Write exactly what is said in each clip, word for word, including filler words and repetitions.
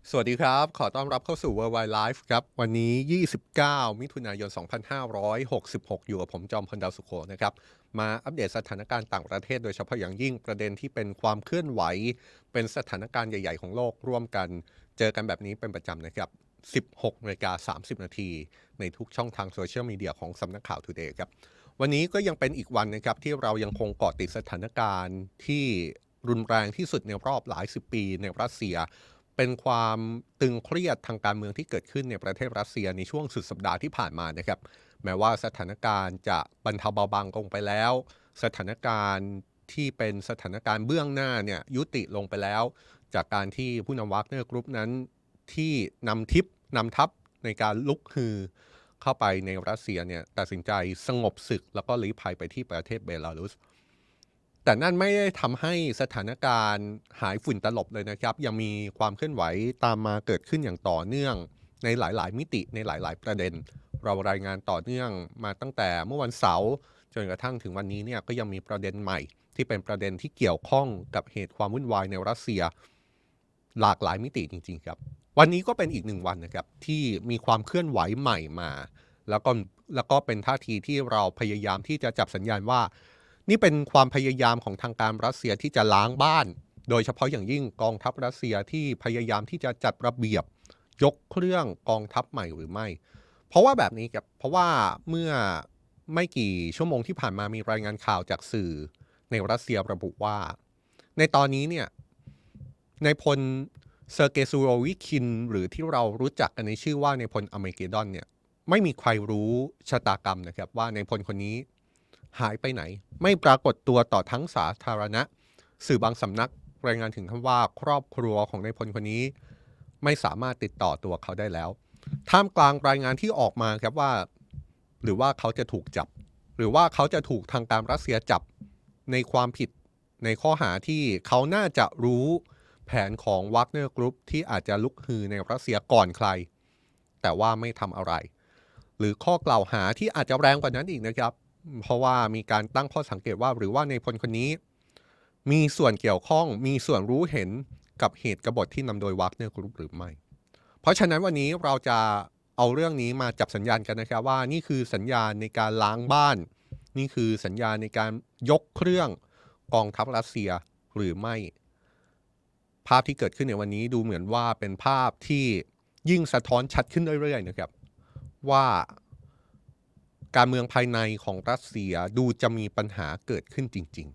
สวัสดีครับ ขอต้อนรับเข้าสู่ Worldwide Life ครับ วันนี้ ยี่สิบเก้า มิถุนายน สองพันห้าร้อยหกสิบหก อยู่กับผมจอมพลดาวสุโขนะครับ มาอัปเดตสถานการณ์ต่างประเทศโดยเฉพาะอย่างยิ่งประเด็นที่เป็นความเคลื่อนไหว เป็นสถานการณ์ใหญ่ๆของโลกร่วมกัน เจอกันแบบนี้เป็นประจำนะครับ สิบหกนาฬิกาสามสิบนาทีในทุกช่องทางโซเชียลมีเดียของสำนักข่าว Today ครับ วันนี้ก็ยังเป็นอีกวันนะครับที่เรายังคงเกาะติดสถานการณ์ที่รุนแรงที่สุดในรอบหลายสิบปีในรัสเซีย เป็นความตึงเครียดทางการเมืองที่เกิดขึ้นในประเทศรัสเซียในช่วงสุดสัปดาห์ที่ผ่านมานะครับแม้ว่าสถานการณ์จะบรรเทาเบาบางลงไปแล้วสถานการณ์ที่เป็นสถานการณ์เบื้องหน้าเนี่ยยุติลงไปแล้วจากการที่ผู้นำวากเนอร์กรุ๊ปนั้นที่นำทิปนำทัพในการลุกฮือเข้าไปในรัสเซียเนี่ยตัดสินใจสงบศึกแล้วก็ลี้ภัยไปที่ประเทศเบลารุส แต่นั่นไม่ได้ทำให้สถานการณ์หายฝุ่นตลบเลยนะครับยังมีความเคลื่อนไหวตามมาเกิดขึ้นอย่างต่อเนื่องในหลายๆมิติในหลายๆประเด็นเรารายงานต่อเนื่องมาตั้งแต่เมื่อวันเสาร์จนกระทั่งถึงวันนี้เนี่ยก็ยังมีประเด็นใหม่ที่เป็นประเด็นที่เกี่ยวข้องกับเหตุความวุ่นวายในรัสเซียหลากหลายมิติจริงๆครับวันนี้ก็เป็นอีกหนึ่งวันนะครับที่มีความเคลื่อนไหวใหม่มาแล้วก็แล้วก็เป็นท่าทีที่เราพยายามที่จะจับสัญญาณว่า นี่เป็นความพยายามของทางการรัสเซียที่จะล้างบ้าน โดยเฉพาะอย่างยิ่งกองทัพรัสเซียที่พยายามที่จะจัดระเบียบยกเครื่องกองทัพใหม่หรือไม่ เพราะว่าแบบนี้ครับเพราะว่าเมื่อไม่กี่ชั่วโมงที่ผ่านมามีรายงานข่าวจากสื่อในรัสเซียระบุว่าในตอนนี้เนี่ยในพลเซอร์เกย์ซูโรวิคินหรือที่เรารู้จักกันในชื่อว่าในพลอเมเกดอนเนี่ยไม่มีใครรู้ชะตากรรมนะครับว่าในพลคนนี้ หายไปไหนไม่ปรากฏตัวต่อทั้งสาธารณะสื่อบางสำนักรายงานถึงคำว่าครอบครัวของนายพลคนนี้ไม่สามารถติดต่อตัวเขาได้แล้วท่ามกลางรายงานที่ออกมาครับว่าหรือว่าเขาจะถูกจับหรือว่าเขาจะถูกทางการรัสเซียจับในความผิดในข้อหาที่เขาน่าจะรู้แผนของวากเนอร์กรุ๊ปที่อาจจะลุกฮือในรัสเซียก่อนใครแต่ว่าไม่ทำอะไรหรือข้อกล่าวหาที่อาจจะแรงกว่านั้นอีกนะครับ เพราะว่ามีการตั้งข้อสังเกตว่าหรือว่าในพลคนนี้มีส่วนเกี่ยวข้องมีส่วนรู้เห็นกับเหตุกบฏที่นำโดยวากเนอร์กรุ๊ปหรือไม่เพราะฉะนั้นวันนี้เราจะเอาเรื่องนี้มาจับสัญญาณกันนะครับว่านี่คือสัญญาณในการล้างบ้านนี่คือสัญญาณในการยกเครื่องกองทัพรัสเซียหรือไม่ภาพที่เกิดขึ้นในวันนี้ดูเหมือนว่าเป็นภาพที่ยิ่งสะท้อนชัดขึ้นเรื่อยๆนะครับว่า การเมืองภายในของรัสเซียดูจะมีปัญหาเกิดขึ้นจริง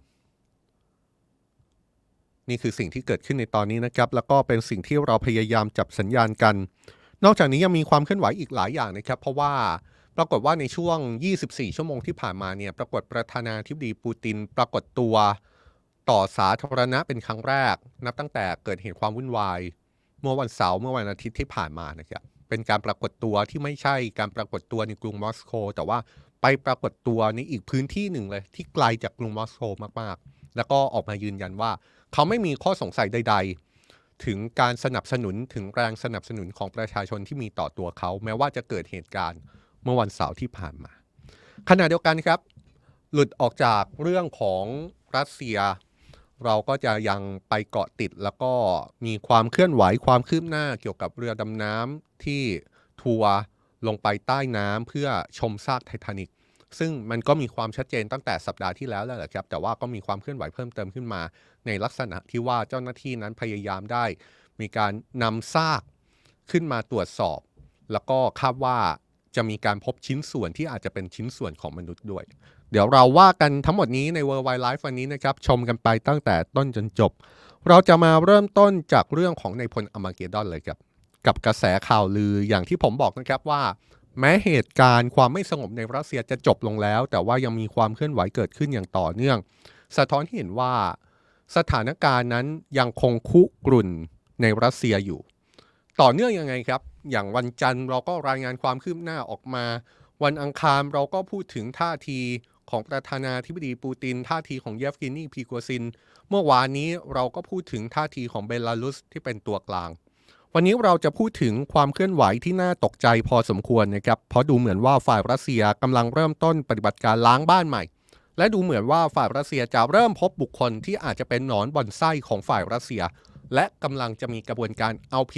ๆนี่คือสิ่งที่เกิดขึ้นในตอนนี้นะครับแล้วก็เป็นสิ่งที่เราพยายามจับสัญญาณกันนอกจากนี้ยังมีความเคลื่อนไหวอีกหลายอย่างนะครับเพราะว่าปรากฏว่าในช่วงยี่สิบสี่ชั่วโมงที่ผ่านมาเนี่ยปรากฏประธานาธิบดีปูตินปรากฏตัวต่อสาธารณะเป็นครั้งแรกนับตั้งแต่เกิดเหตุความวุ่นวายเมื่อวันเสาร์เมื่อวันอาทิตย์ที่ผ่านมานะครับเป็นการปรากฏตัวที่ไม่ใช่การปรากฏตัวในกรุงมอสโกแต่ว่า ไปปรากฏตัวในอีกพื้นที่หนึ่งเลยที่ไกลจากกรุงมอสโกมากๆแล้วก็ออกมายืนยันว่าเขาไม่มีข้อสงสัยใดๆถึงการสนับสนุนถึงแรงสนับสนุนของประชาชนที่มีต่อตัวเขาแม้ว่าจะเกิดเหตุการณ์เมื่อวันเสาร์ที่ผ่านมาขณะเดียวกันครับหลุดออกจากเรื่องของรัสเซียเราก็จะยังไปเกาะติดแล้วก็มีความเคลื่อนไหวความคืบหน้าเกี่ยวกับเรือดำน้ำที่ทัวร์ ลงไปใต้น้ำเพื่อชมซากไททานิกซึ่งมันก็มีความชัดเจนตั้งแต่สัปดาห์ที่แล้วแล้วแหละครับแต่ว่าก็มีความเคลื่อนไหวเพิ่มเติมขึ้นมาในลักษณะที่ว่าเจ้าหน้าที่นั้นพยายามได้มีการนำซากขึ้นมาตรวจสอบแล้วก็คาดว่าจะมีการพบชิ้นส่วนที่อาจจะเป็นชิ้นส่วนของมนุษย์ด้วยเดี๋ยวเราว่ากันทั้งหมดนี้ใน Worldwide Life วันนี้นะครับชมกันไปตั้งแต่ต้นจนจบเราจะมาเริ่มต้นจากเรื่องของในพลอมาเกดอนเลยครับ กับกระแสข่าวลืออย่างที่ผมบอกนะครับว่าแม้เหตุการณ์ความไม่สงบในรัสเซียจะจบลงแล้วแต่ว่ายังมีความเคลื่อนไหวเกิดขึ้นอย่างต่อเนื่องสะท้อนให้เห็นว่าสถานการณ์นั้นยังคงคุกรุ่นในรัสเซียอยู่ต่อเนื่องยังไงครับอย่างวันจันทร์เราก็รายงานความคืบหน้าออกมาวันอังคารเราก็พูดถึงท่าทีของประธานาธิบดีปูตินท่าทีของเยฟกินีพีโกซินเมื่อวานนี้เราก็พูดถึงท่าทีของเบลารุสที่เป็นตัวกลาง วันนี้เราจะพูดถึงความเคลื่อนไหวที่น่าตกใจพอสมควรนะครับเพราะดูเหมือนว่าฝ่ายรัสเซียกำลังเริ่มต้นปฏิบัติการล้างบ้านใหม่และดูเหมือนว่าฝ่ายรัสเซียจะเริ่มพบบุคคลที่อาจจะเป็นหนอนบ่อนไส้ของฝ่ายรัสเซียและกำลังจะมีกระบวนการเอาผิด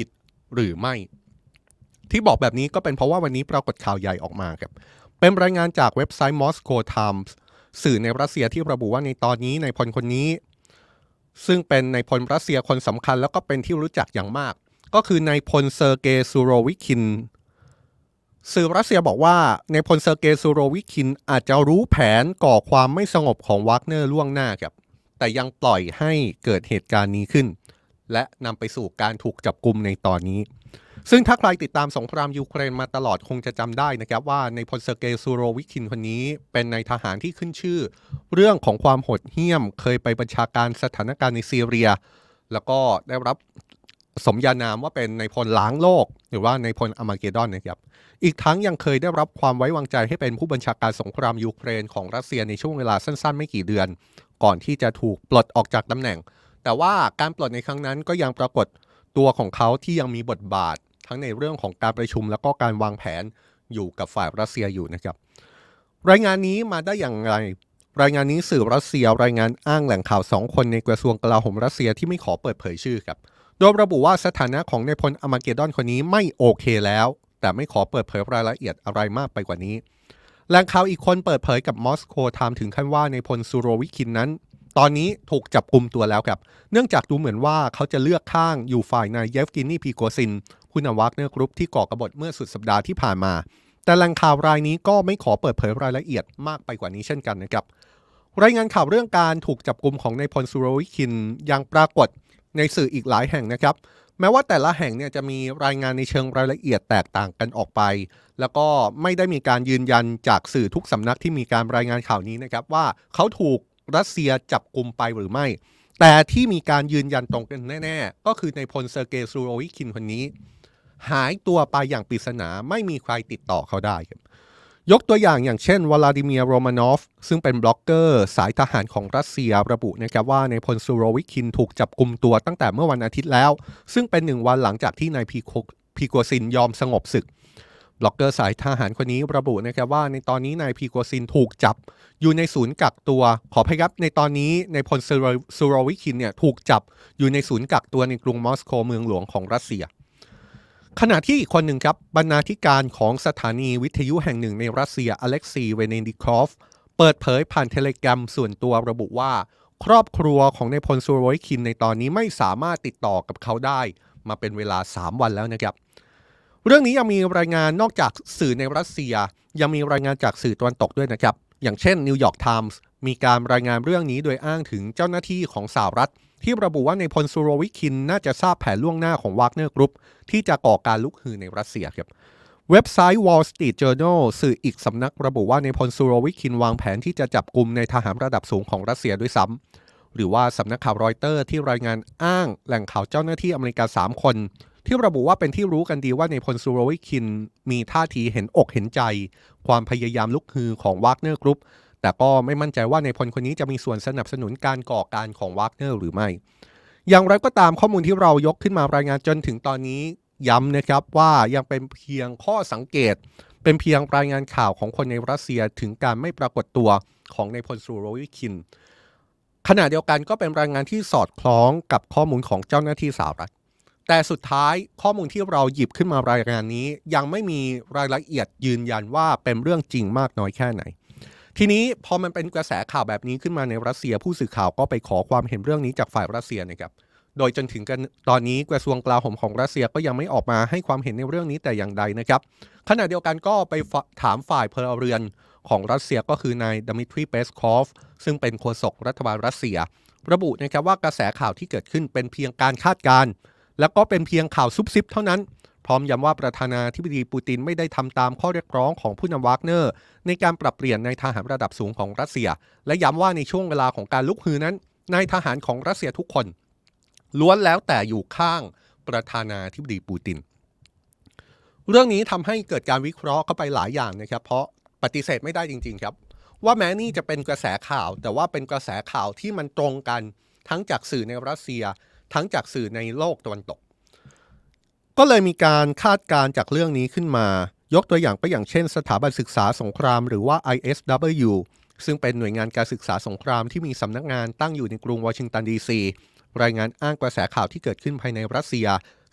หรือไม่ที่บอกแบบนี้ก็เป็นเพราะว่าวันนี้ปรากฏข่าวใหญ่ออกมาครับเป็นรายงานจากเว็บไซต์ Moscow Times สื่อในรัสเซียที่ระบุว่าในตอนนี้นายพลคนนี้ซึ่งเป็นนายพลรัสเซียคนสำคัญแล้วก็เป็นที่รู้จักอย่างมากก็คือนายพลเซอร์เกย์ซูโรวิคินสื่อรัสเซียบอกว่านายพลเซอร์เกย์ซูโรวิคินอาจจะรู้แผนก่อความไม่สงบของวากเนอร์ล่วงหน้าครับแต่ยังปล่อยให้เกิดเหตุการณ์นี้ขึ้นและนำไปสู่การถูกจับกุมในตอนนี้ซึ่งถ้าใครติดตามสงครามยูเครนมาตลอดคงจะจำได้นะครับว่าในพลเซอร์เกย์ซูโรวิคินคนนี้เป็นนายทหารที่ขึ้นชื่อเรื่องของความโหดเหี้ยมเคยไปบัญชาการสถานการณ์ในซีเรียแล้วก็ได้รับสมญานามว่าเป็นนายพลล้างโลกหรือว่านายพลอาร์มาเกดอนนะครับอีกทั้งยังเคยได้รับความไว้วางใจให้เป็นผู้บัญชาการสงครามยูเครนของรัสเซียในช่วงเวลาสั้นๆไม่กี่เดือนก่อนที่จะถูกปลดออกจากตำแหน่งแต่ว่าการปลดในครั้งนั้นก็ยังปรากฏตัวของเขาที่ยังมีบทบาททั้งในเรื่องของการประชุมแล้วก็การวางแผนอยู่กับฝ่ายรัสเซียอยู่นะครับรายงานนี้มาได้อย่างไรรายงานนี้สื่อรัสเซียรายงานอ้างแหล่งข่าวสองคนในกระทรวงกลาโหมรัสเซียที่ไม่ขอเปิดเผยชื่อครับโดยระบุว่าสถานะของนายพลอาร์มาเกดอนคนนี้ไม่โอเคแล้วแต่ไม่ขอเปิดเผยรายละเอียดอะไรมากไปกว่านี้แหล่งข่าวอีกคนเปิดเผยกับมอสโกไทม์ถึงขั้นว่านายพลซูโรวิคินนั้นตอนนี้ถูกจับกุมตัวแล้วครับเนื่องจากดูเหมือนว่าเขาจะเลือกข้างอยู่ฝ่ายนายเยฟกินีพีโกซินผู้นำวากเนอร์กรุ๊ปที่ก่อกบฏเมื่อสุดสัปดาห์ที่ผ่านมาแต่แหล่งข่าวรายนี้ก็ไม่ขอเปิดเผยรายละเอียดมากไปกว่านี้เช่นกันนะครับรายงานข่าวเรื่องการถูกจับกุมของนายพลซูโรวิคินยังปรากฏในสื่ออีกหลายแห่งนะครับแม้ว่าแต่ละแห่งเนี่ยจะมีรายงานในเชิงรายละเอียดแตกต่างกันออกไปแล้วก็ไม่ได้มีการยืนยันจากสื่อทุกสำนักที่มีการรายงานข่าวนี้นะครับว่าเขาถูกรัสเซียจับกุมไปหรือไม่แต่ที่มีการยืนยันตรงกันแน่ๆก็คือในพลเซอร์เกย์ซูโรวิคินคนนี้หายตัวไปอย่างปริศนาไม่มีใครติดต่อเขาได้ครับยกตัวอย่างอย่างเช่นวลาดิเมียร์โรมานอฟซึ่งเป็นบล็อกเกอร์สายทหารของรัสเซียระบุนะครับว่าในพลซูโรวิคินถูกจับกุมตัวตั้งแต่เมื่อวันอาทิตย์แล้วซึ่งเป็นหนึ่งวันหลังจากที่นายพีโกซินยอมสงบศึกบล็อกเกอร์สายทหารคนนี้ระบุนะครับว่าในตอนนี้นายพีโกซินถูกจับอยู่ในศูนย์กักตัวขอพยับในตอนนี้ในพลซูโรวิคินเนี่ยถูกจับอยู่ในศูนย์กักตัวในกรุงมอสโกเมืองหลวงของรัสเซียขณะที่อีกคนหนึ่งครับบรรณาธิการของสถานีวิทยุแห่งหนึ่งในรัสเซียอเล็กซีเวเนดิคอฟเปิดเผยผ่านเทเลแกรมส่วนตัวระบุว่าครอบครัวของนายพลซูโรวิคินในตอนนี้ไม่สามารถติดต่อกับเขาได้มาเป็นเวลาสามวันแล้วนะครับเรื่องนี้ยังมีรายงานนอกจากสื่อในรัสเซียยังมีรายงานจากสื่อตะวันตกด้วยนะครับอย่างเช่นนิวยอร์กไทมส์มีการรายงานเรื่องนี้โดยอ้างถึงเจ้าหน้าที่ของสหรัฐที่ระบุว่าในพลซูโรวิคินน่าจะทราบแผนล่วงหน้าของวากเนอร์กรุ๊ปที่จะก่อการลุกฮือในรัสเซียครับเว็บไซต์ Wall Street Journal สื่ออีกสำนักระบุว่าในพลซูโรวิคินวางแผนที่จะจับกุมในทหารระดับสูงของรัสเซียด้วยซ้ำหรือว่าสำนักข่าวรอยเตอร์ที่รายงานอ้างแหล่งข่าวเจ้าหน้าที่อเมริกาสามคนที่ระบุว่าเป็นที่รู้กันดีว่าในพลซูโรวิคินมีท่าทีเห็นอกเห็นใจความพยายามลุกฮือของวากเนอร์กรุ๊ปแต่ก็ไม่มั่นใจว่าในพลคนนี้จะมีส่วนสนับสนุนการก่อการของวากเนอร์หรือไม่อย่างไรก็ตามข้อมูลที่เรายกขึ้นมารายงานจนถึงตอนนี้ย้ำนะครับว่ายังเป็นเพียงข้อสังเกตเป็นเพียงรายงานข่าวของคนในรัสเซียถึงการไม่ปรากฏตัวของนายพลซูโรวิคินขณะเดียวกันก็เป็นรายงานที่สอดคล้องกับข้อมูลของเจ้าหน้าที่สหรัฐแต่สุดท้ายข้อมูลที่เราหยิบขึ้นมารายงานนี้ยังไม่มีรายละเอียดยืนยันว่าเป็นเรื่องจริงมากน้อยแค่ไหนทีนี้พอมันเป็นกระแสข่าวแบบนี้ขึ้นมาในรัสเซียผู้สื่อข่าวก็ไปขอความเห็นเรื่องนี้จากฝ่ายรัสเซียนะครับโดยจนถึงกันตอนนี้กระทรวงกลาโหมของรัสเซียก็ยังไม่ออกมาให้ความเห็นในเรื่องนี้แต่อย่างใดนะครับขณะเดียวกันก็ไปถามฝ่ายพลเรือนของรัสเซียก็คือนายดมิทรีเปสคอฟซึ่งเป็นโฆษกรัฐบาลรัสเซียระบุนะครับว่ากระแสข่าวที่เกิดขึ้นเป็นเพียงการคาดการณ์และก็เป็นเพียงข่าวซุบซิบเท่านั้นพร้อมย้ำว่าประธานาธิบดีปูตินไม่ได้ทำตามข้อเรียกร้องของผู้นำวากเนอร์ในการปรับเปลี่ยนนายทหารระดับสูงของรัสเซียและย้ำว่าในช่วงเวลาของการลุกฮือนั้นนายทหารของรัสเซียทุกคนล้วนแล้วแต่อยู่ข้างประธานาธิบดีปูตินเรื่องนี้ทำให้เกิดการวิเคราะห์เข้าไปหลายอย่างนะครับเพราะปฏิเสธไม่ได้จริงๆครับว่าแม้นี่จะเป็นกระแสข่าวแต่ว่าเป็นกระแสข่าวที่มันตรงกันทั้งจากสื่อในรัสเซียทั้งจากสื่อในโลกตะวันตกก็เลยมีการคาดการณ์จากเรื่องนี้ขึ้นมายกตัวอย่างก็อย่างเช่นสถาบันศึกษาสงครามหรือว่า ไอ เอส ดับเบิลยู ซึ่งเป็นหน่วยงานการศึกษาสงครามที่มีสำนักงานตั้งอยู่ในกรุงวอชิงตันดีซีรายงานอ้างกระแสข่าวที่เกิดขึ้นภายในรัสเซีย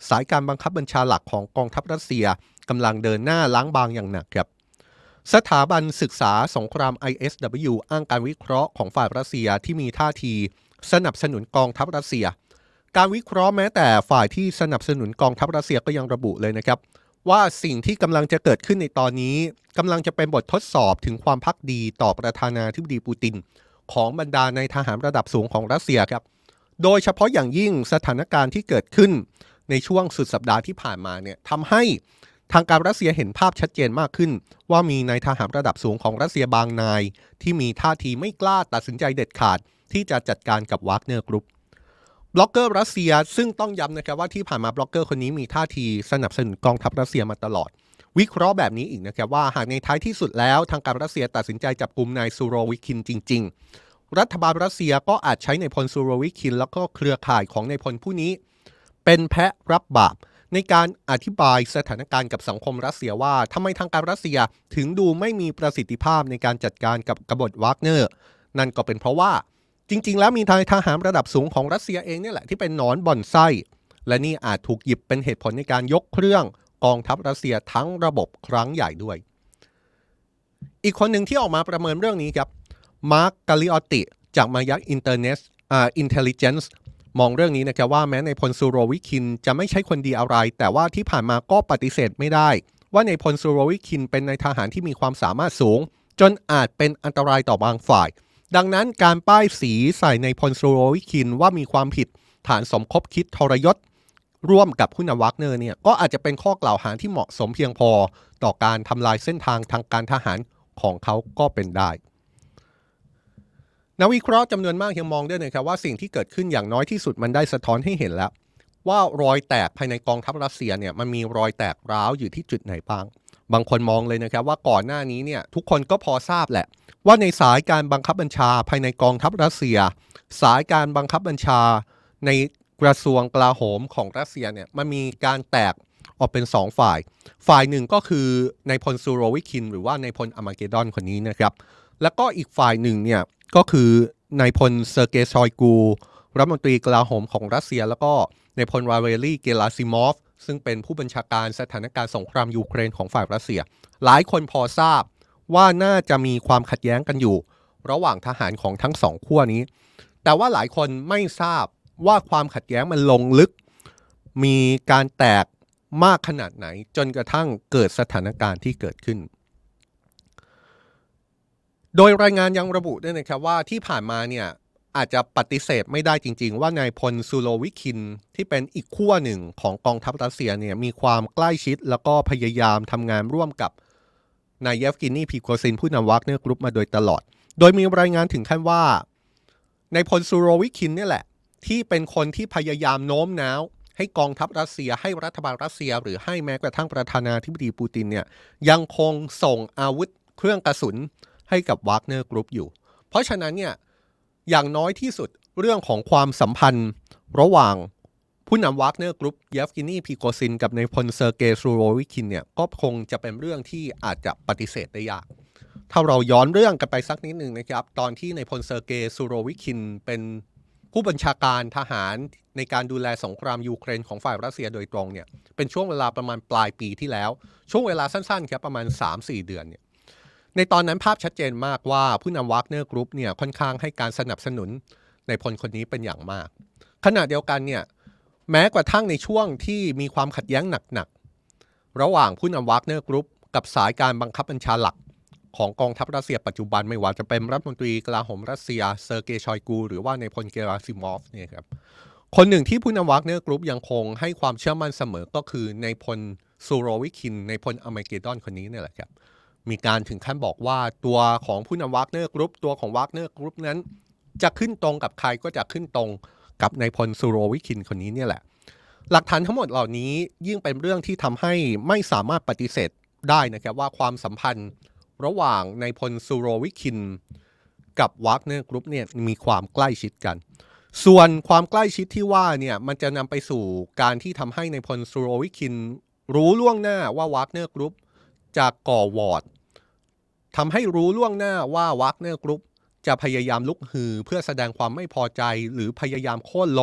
สายการบังคับบัญชาหลักของกองทัพรัสเซียกำลังเดินหน้าล้างบางอย่างหนักครับสถาบันศึกษาสงคราม ไอ เอส ดับเบิลยู อ้างการวิเคราะห์ของฝ่ายรัสเซียที่มีท่าทีสนับสนุนกองทัพรัสเซียการวิเคราะห์แม้แต่ฝ่ายที่สนับสนุนกองทัพรัสเซียก็ยังระบุเลยนะครับว่าสิ่งที่กำลังจะเกิดขึ้นในตอนนี้กำลังจะเป็นบททดสอบถึงความภักดีต่อประธานาธิบดีปูตินของบรรดาในทหารระดับสูงของรัสเซียครับโดยเฉพาะอย่างยิ่งสถานการณ์ที่เกิดขึ้นในช่วงสุดสัปดาห์ที่ผ่านมาเนี่ยทำให้ทางการรัสเซียเห็นภาพชัดเจนมากขึ้นว่ามีนายทหารระดับสูงของรัสเซียบางนายที่มีท่าทีไม่กล้าตัดสินใจเด็ดขาดที่จะจัดการกับวากเนอร์กรุ๊ปบล็อกเกอร์รัสเซียซึ่งต้องย้ำนะครับว่าที่ผ่านมาบล็อกเกอร์คนนี้มีท่าทีสนับสนุนกองทัพรัสเซียมาตลอดวิเคราะห์แบบนี้อีกนะครับว่าหากในท้ายที่สุดแล้วทางการรัสเซียตัดสินใจจับกุมนายซูโรวิคินจริงๆรัฐบาลรัสเซียก็อาจใช้นายพลซูโรวิคินแล้วก็เครือข่ายของนายพลผู้นี้เป็นแพะรับบาปในการอธิบายสถานการณ์กับสังคมรัสเซียว่าทำไมทางการรัสเซียถึงดูไม่มีประสิทธิภาพในการจัดการกับกบฏวากเนอร์นั่นก็เป็นเพราะว่าจริงๆแล้วมีทางทหารระดับสูงของรัสเซียเองนี่แหละที่เป็นหนอนบ่อนไส้และนี่อาจถูกหยิบเป็นเหตุผลในการยกเครื่องกองทัพรัสเซียทั้งระบบครั้งใหญ่ด้วยอีกคนหนึ่งที่ออกมาประเมินเรื่องนี้ครับมาร์คกาลิออตติจากมายักอินเตอร์เนสอ่าอินเทลลิเจนซ์มองเรื่องนี้นะครับว่าแม้ในพลซูโรวิคินจะไม่ใช่คนดีอะไรแต่ว่าที่ผ่านมาก็ปฏิเสธไม่ได้ว่าในพลซูโรวิคินเป็นนายทหารที่มีความสามารถสูงจนอาจเป็นอันตรายต่อบางฝ่ายดังนั้นการป้ายสีใส่ในพลซูโรวิคินว่ามีความผิดฐานสมคบคิดทรยศร่วมกับผู้นำวากเนอร์เนี่ยก็อาจจะเป็นข้อกล่าวหาที่เหมาะสมเพียงพอต่อการทำลายเส้นทางทางการทหารของเขาก็เป็นได้นักวิเคราะห์จำนวนมากยังมองด้วยนะครับว่าสิ่งที่เกิดขึ้นอย่างน้อยที่สุดมันได้สะท้อนให้เห็นแล้วว่ารอยแตกภายในกองทัพรัสเซียเนี่ยมันมีรอยแตกร้าวอยู่ที่จุดไหนบ้างบางคนมองเลยนะครับว่าก่อนหน้านี้เนี่ยทุกคนก็พอทราบแหละว่าในสายการบังคับบัญชาภายในกองทัพรัสเซียสายการบังคับบัญชาในกระทรวงกลาโหมของรัสเซียเนี่ยมันมีการแตกออกเป็นสองฝ่ายฝ่ายหนึ่งก็คือนายพลซูโรวิคินหรือว่านายพลอามาเกดอนคนนี้นะครับแล้วก็อีกฝ่ายหนึ่งเนี่ยก็คือนายพลเซอร์เกย์ชอยกูรัฐมนตรีกลาโหมของรัสเซียแล้วก็นายพลวาเวลี่เกลาซิมอฟซึ่งเป็นผู้บัญชาการสถานการณ์สงครามยูเครนของฝ่ายรัสเซียหลายคนพอทราบว่าน่าจะมีความขัดแย้งกันอยู่ระหว่างทหารของทั้งสองขั้วนี้แต่ว่าหลายคนไม่ทราบว่าความขัดแย้งมันลงลึกมีการแตกมากขนาดไหนจนกระทั่งเกิดสถานการณ์ที่เกิดขึ้นโดยรายงานยังระบุด้วยนะครับว่าที่ผ่านมาเนี่ยอาจจะปฏิเสธไม่ได้จริงๆว่านายพลซูโลวิคินที่เป็นอีกขั้วหนึ่งของกองทัพรัสเซียเนี่ยมีความใกล้ชิดแล้วก็พยายามทำงานร่วมกับนายเยฟกินีพิโกซินผู้นำวากเนอร์กรุ๊ปมาโดยตลอดโดยมีรายงานถึงขั้นว่านายพลซูโรวิคินนี่แหละที่เป็นคนที่พยายามโน้มน้าวให้กองทัพรัสเซียให้รัฐบาลรัสเซียหรือให้แม้กระทั่งประธานาธิบดีปูตินเนี่ยยังคงส่งอาวุธเครื่องกระสุนให้กับวากเนอร์กรุ๊ปอยู่เพราะฉะนั้นเนี่ยอย่างน้อยที่สุดเรื่องของความสัมพันธ์ระหว่างผู้นำวากเนอร์กรุ๊ปเยฟกินีพิโกซินกับนายพลเซอร์เกย์ซูโรวิคินเนี่ยก็คงจะเป็นเรื่องที่อาจจะปฏิเสธได้ยากถ้าเราย้อนเรื่องกันไปสักนิดหนึ่งนะครับตอนที่นายพลเซอร์เกย์ซูโรวิคินเป็นผู้บัญชาการทหารในการดูแลสงครามยูเครนของฝ่ายรัสเซียโดยตรงเนี่ยเป็นช่วงเวลาประมาณปลายปีที่แล้วช่วงเวลาสั้นๆครับประมาณ สามถึงสี่ เดือนเนี่ยในตอนนั้นภาพชัดเจนมากว่าผู้นำวากเนอร์กรุ๊ปเนี่ยค่อนข้างให้การสนับสนุนในพลคนนี้เป็นอย่างมากขณะเดียวกันเนี่ยแม้กระทั่งในช่วงที่มีความขัดแย้งหนักๆระหว่างผู้นำวากเนอร์กรุ๊ปกับสายการบังคับบัญชาหลักของกองทัพรัสเซียปัจจุบันไม่ว่าจะเป็นรัฐมนตรีกลาโหมรัสเซียเซอร์เกย์ชอยกูหรือว่าในพลเกราซิมอฟเนี่ยครับคนหนึ่งที่ผู้นำวากเนอร์กรุ๊ปยังคงให้ความเชื่อมั่นเสมอก็คือในพลซูโรวิคินในพลอามาเกดอนคนนี้เนี่ยแหละครับมีการถึงขั้นบอกว่าตัวของผู้นำวากเนอร์กรุ๊ปตัวของวากเนอร์กรุ๊ปนั้นจะขึ้นตรงกับใครก็จะขึ้นตรงกับนายพลซูโรวิคินคนนี้เนี่ยแหละหลักฐานทั้งหมดเหล่านี้ยิ่งเป็นเรื่องที่ทำให้ไม่สามารถปฏิเสธได้นะครับว่าความสัมพันธ์ระหว่างนายพลซูโรวิคินกับวากเนอร์กรุ๊ปเนี่ยมีความใกล้ชิดกันส่วนความใกล้ชิดที่ว่าเนี่ยมันจะนำไปสู่การที่ทำให้นายพลซูโรวิคินรู้ล่วงหน้าว่าวากเนอร์กรุ๊ปจะก่อวอร์ดทำให้รู้ล่วงหน้าว่าวากเนอร์กรุ๊ปจะพยายามลุกฮือเพื่อแสดงความไม่พอใจหรือพยายามโค่นล้ม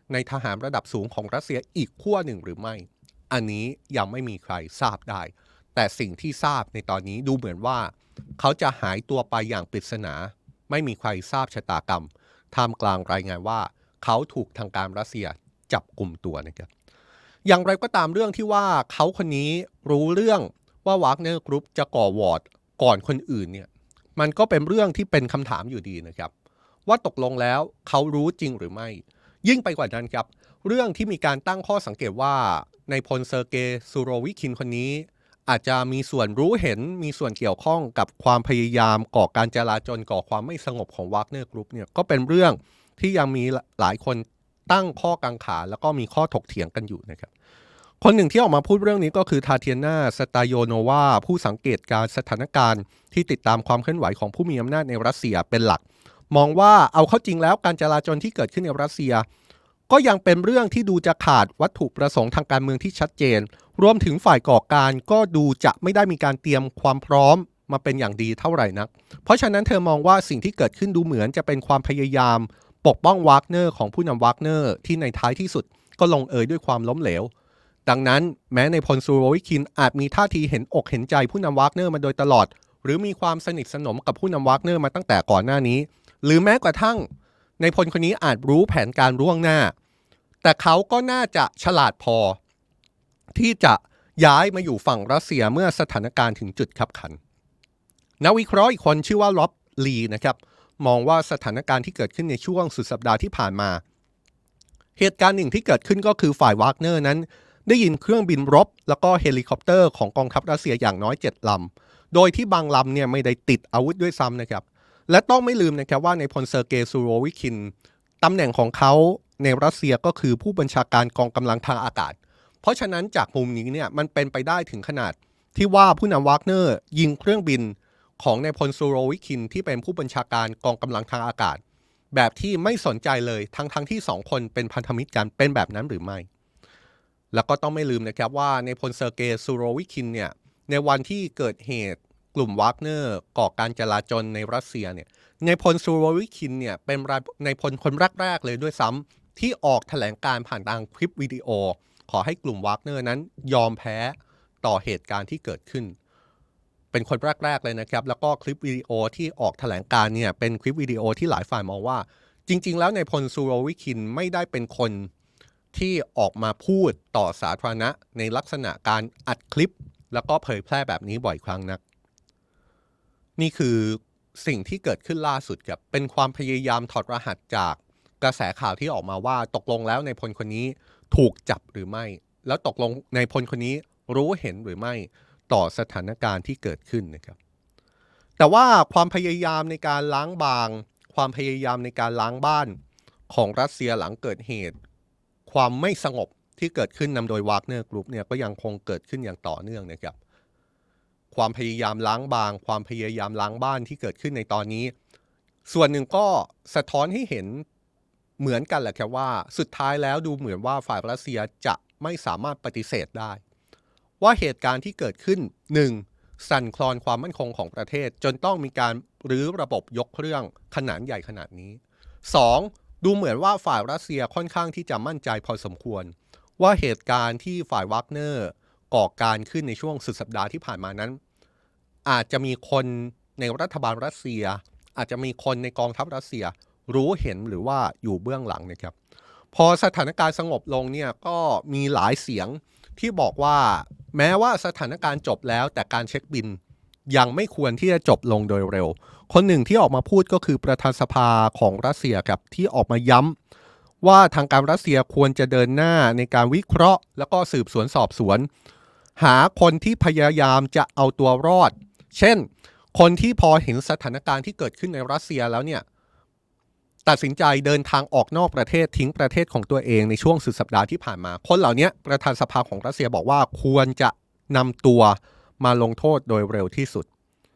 ในทหารระดับสูงของรัสเซียอีกขั้วหนึ่งหรือไม่อันนี้ยังไม่มีใครทราบได้แต่สิ่งที่ทราบในตอนนี้ดูเหมือนว่าเขาจะหายตัวไปอย่างปริศนาไม่มีใครทราบชะตากรรมท่ามกลางรายงานว่าเขาถูกทางการรัสเซียจับกลุ่มตัวนะครับอย่างไรก็ตามเรื่องที่ว่าเขาคนนี้รู้เรื่องว่าวากเนอร์กรุ๊ปจะก่อวอร์ดก่อนคนอื่นเนี่ยมันก็เป็นเรื่องที่เป็นคำถามอยู่ดีนะครับว่าตกลงแล้วเขารู้จริงหรือไม่ยิ่งไปกว่านั้นครับเรื่องที่มีการตั้งข้อสังเกตว่าในพลเซอร์เกย์ซูโรวิคินคนนี้อาจจะมีส่วนรู้เห็นมีส่วนเกี่ยวข้องกับความพยายามก่อการจลาจลก่อความไม่สงบของวากเนอร์กรุ๊ปเนี่ยก็เป็นเรื่องที่ยังมีหลายคนตั้งข้อกังขาแล้วก็มีข้อถกเถียงกันอยู่นะครับคนหนึ่งที่ออกมาพูดเรื่องนี้ก็คือทาเทียนาสตาโยโนวาผู้สังเกตการสถานการณ์ที่ติดตามความเคลื่อนไหวของผู้มีอำนาจในรัสเซียเป็นหลักมองว่าเอาเข้าจริงแล้วการจลาจลที่เกิดขึ้นในรัสเซียก็ยังเป็นเรื่องที่ดูจะขาดวัตถุประสงค์ทางการเมืองที่ชัดเจนรวมถึงฝ่ายก่อการก็ดูจะไม่ได้มีการเตรียมความพร้อมมาเป็นอย่างดีเท่าไหร่นักเพราะฉะนั้นเธอมองว่าสิ่งที่เกิดขึ้นดูเหมือนจะเป็นความพยายามปกป้องวากเนอร์ของผู้นำวากเนอร์ที่ในท้ายที่สุดก็ลงเอยด้วยความล้มเหลวดังนั้นแม้ในพลซูโรวิคินอาจมีท่าทีเห็นอกเห็นใจผู้นำวากเนอร์มาโดยตลอดหรือมีความสนิทสนมกับผู้นำวากเนอร์มาตั้งแต่ก่อนหน้านี้หรือแม้กระทั่งในพลคนนี้อาจรู้แผนการล่วงหน้าแต่เขาก็น่าจะฉลาดพอที่จะย้ายมาอยู่ฝั่งรัสเซียเมื่อสถานการณ์ถึงจุดขับขันนักวิเคราะห์อีกคนชื่อว่าล็อบลีนะครับมองว่าสถานการณ์ที่เกิดขึ้นในช่วงสุดสัปดาห์ที่ผ่านมาเหตุการณ์หนึ่งที่เกิดขึ้นก็คือฝ่ายวากเนอร์นั้นได้ยินเครื่องบินรบแล้วก็เฮลิคอปเตอร์ของกองทัพรัสเซียอย่างน้อยเจ็ดลำโดยที่บางลำเนี่ยไม่ได้ติดอาวุธด้วยซ้ำนะครับและต้องไม่ลืมนะครับว่าในพลเซอร์เกย์ซูโรวิคินตำแหน่งของเขาในรัสเซียก็คือผู้บัญชาการกองกำลังทางอากาศเพราะฉะนั้นจากมุมนี้เนี่ยมันเป็นไปได้ถึงขนาดที่ว่าผู้นำวากเนอร์ยิงเครื่องบินของในพลซูโรวิคินที่เป็นผู้บัญชาการกองกำลังทางอากาศแบบที่ไม่สนใจเลยทั้งทั้งที่สองคนเป็นพันธมิตรกันเป็นแบบนั้นหรือไม่แล้วก็ต้องไม่ลืมนะครับว่าในพลเซอร์เกย์ซูโรวิคินเนี่ยในวันที่เกิดเหตุกลุ่มวากเนอร์ก่อการจลาจลในรัสเซียเนี่ยในพลซูโรวิคินเนี่ยเป็นในพลคนแรกๆเลยด้วยซ้ำที่ออกแถลงการผ่านทางคลิปวิดีโอขอให้กลุ่มวากเนอร์นั้นยอมแพ้ต่อเหตุการณ์ที่เกิดขึ้นเป็นคนแรกๆเลยนะครับแล้วก็คลิปวิดีโอที่ออกแถลงการเนี่ยเป็นคลิปวิดีโอที่หลายฝ่ายมองว่าจริงๆแล้วในพลซูโรวิคินไม่ได้เป็นคนที่ออกมาพูดต่อสาธารณะในลักษณะการอัดคลิปแล้วก็เผยแพร่แบบนี้บ่อยครั้งนักนี่คือสิ่งที่เกิดขึ้นล่าสุดครับเป็นความพยายามถอดรหัสจากกระแสข่าวที่ออกมาว่าตกลงแล้วในพลคนนี้ถูกจับหรือไม่แล้วตกลงในพลคนนี้รู้เห็นหรือไม่ต่อสถานการณ์ที่เกิดขึ้นนะครับแต่ว่าความพยายามในการล้างบางความพยายามในการล้างบ้านของรัสเซียหลังเกิดเหตุความไม่สงบที่เกิดขึ้นนำโดยวากเนอร์กรุ๊ปเนี่ยก็ยังคงเกิดขึ้นอย่างต่อเนื่องนะครับความพยายามล้างบางความพยายามล้างบ้านที่เกิดขึ้นในตอนนี้ส่วนหนึ่งก็สะท้อนให้เห็นเหมือนกันแหละครับว่าสุดท้ายแล้วดูเหมือนว่าฝ่ายรัสเซียจะไม่สามารถปฏิเสธได้ว่าเหตุการณ์ที่เกิดขึ้น หนึ่ง. สั่นคลอนความมั่นคงของประเทศจนต้องมีการรื้อระบบยกเครื่องขนาดใหญ่ขนาดนี้ สอง. ดูเหมือนว่าฝ่ายรัสเซียค่อนข้างที่จะมั่นใจพอสมควรว่าเหตุการณ์ที่ฝ่ายวากเนอร์ก่อการขึ้นในช่วงสุดสัปดาห์ที่ผ่านมานั้นอาจจะมีคนในรัฐบาลรัสเซียอาจจะมีคนในกองทัพรัสเซียรู้เห็นหรือว่าอยู่เบื้องหลังนะครับพอสถานการณ์สงบลงเนี่ยก็มีหลายเสียงที่บอกว่าแม้ว่าสถานการณ์จบแล้วแต่การเช็คบินยังไม่ควรที่จะจบลงโดยเร็วคนหนึ่งที่ออกมาพูดก็คือประธานสภาของรัสเซียครับที่ออกมาย้ำว่าทางการรัสเซียควรจะเดินหน้าในการวิเคราะห์แล้วก็สืบสวนสอบสวนหาคนที่พยายามจะเอาตัวรอดเช่นคนที่พอเห็นสถานการณ์ที่เกิดขึ้นในรัสเซียแล้วเนี่ยตัดสินใจเดินทางออกนอกประเทศทิ้งประเทศของตัวเองในช่วงสุดสัปดาห์ที่ผ่านมาคนเหล่านี้ประธานสภาของรัสเซียบอกว่าควรจะนำตัวมาลงโทษโดยเร็วที่สุด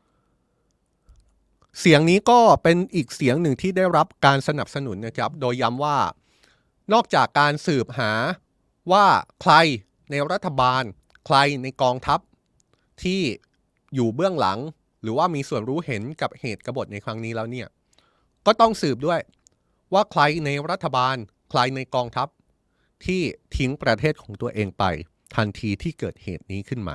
เสียงนี้ก็เป็นอีกเสียงหนึ่งที่ได้รับการสนับสนุนนะครับโดยย้ำว่านอกจากการสืบหาว่าใครในรัฐบาลใครในกองทัพที่อยู่เบื้องหลังหรือว่ามีส่วนรู้เห็นกับเหตุกบฏในครั้งนี้แล้วเนี่ยก็ต้องสืบด้วยว่าใครในรัฐบาลใครในกองทัพที่ทิ้งประเทศของตัวเองไปทันทีที่เกิดเหตุนี้ขึ้นมา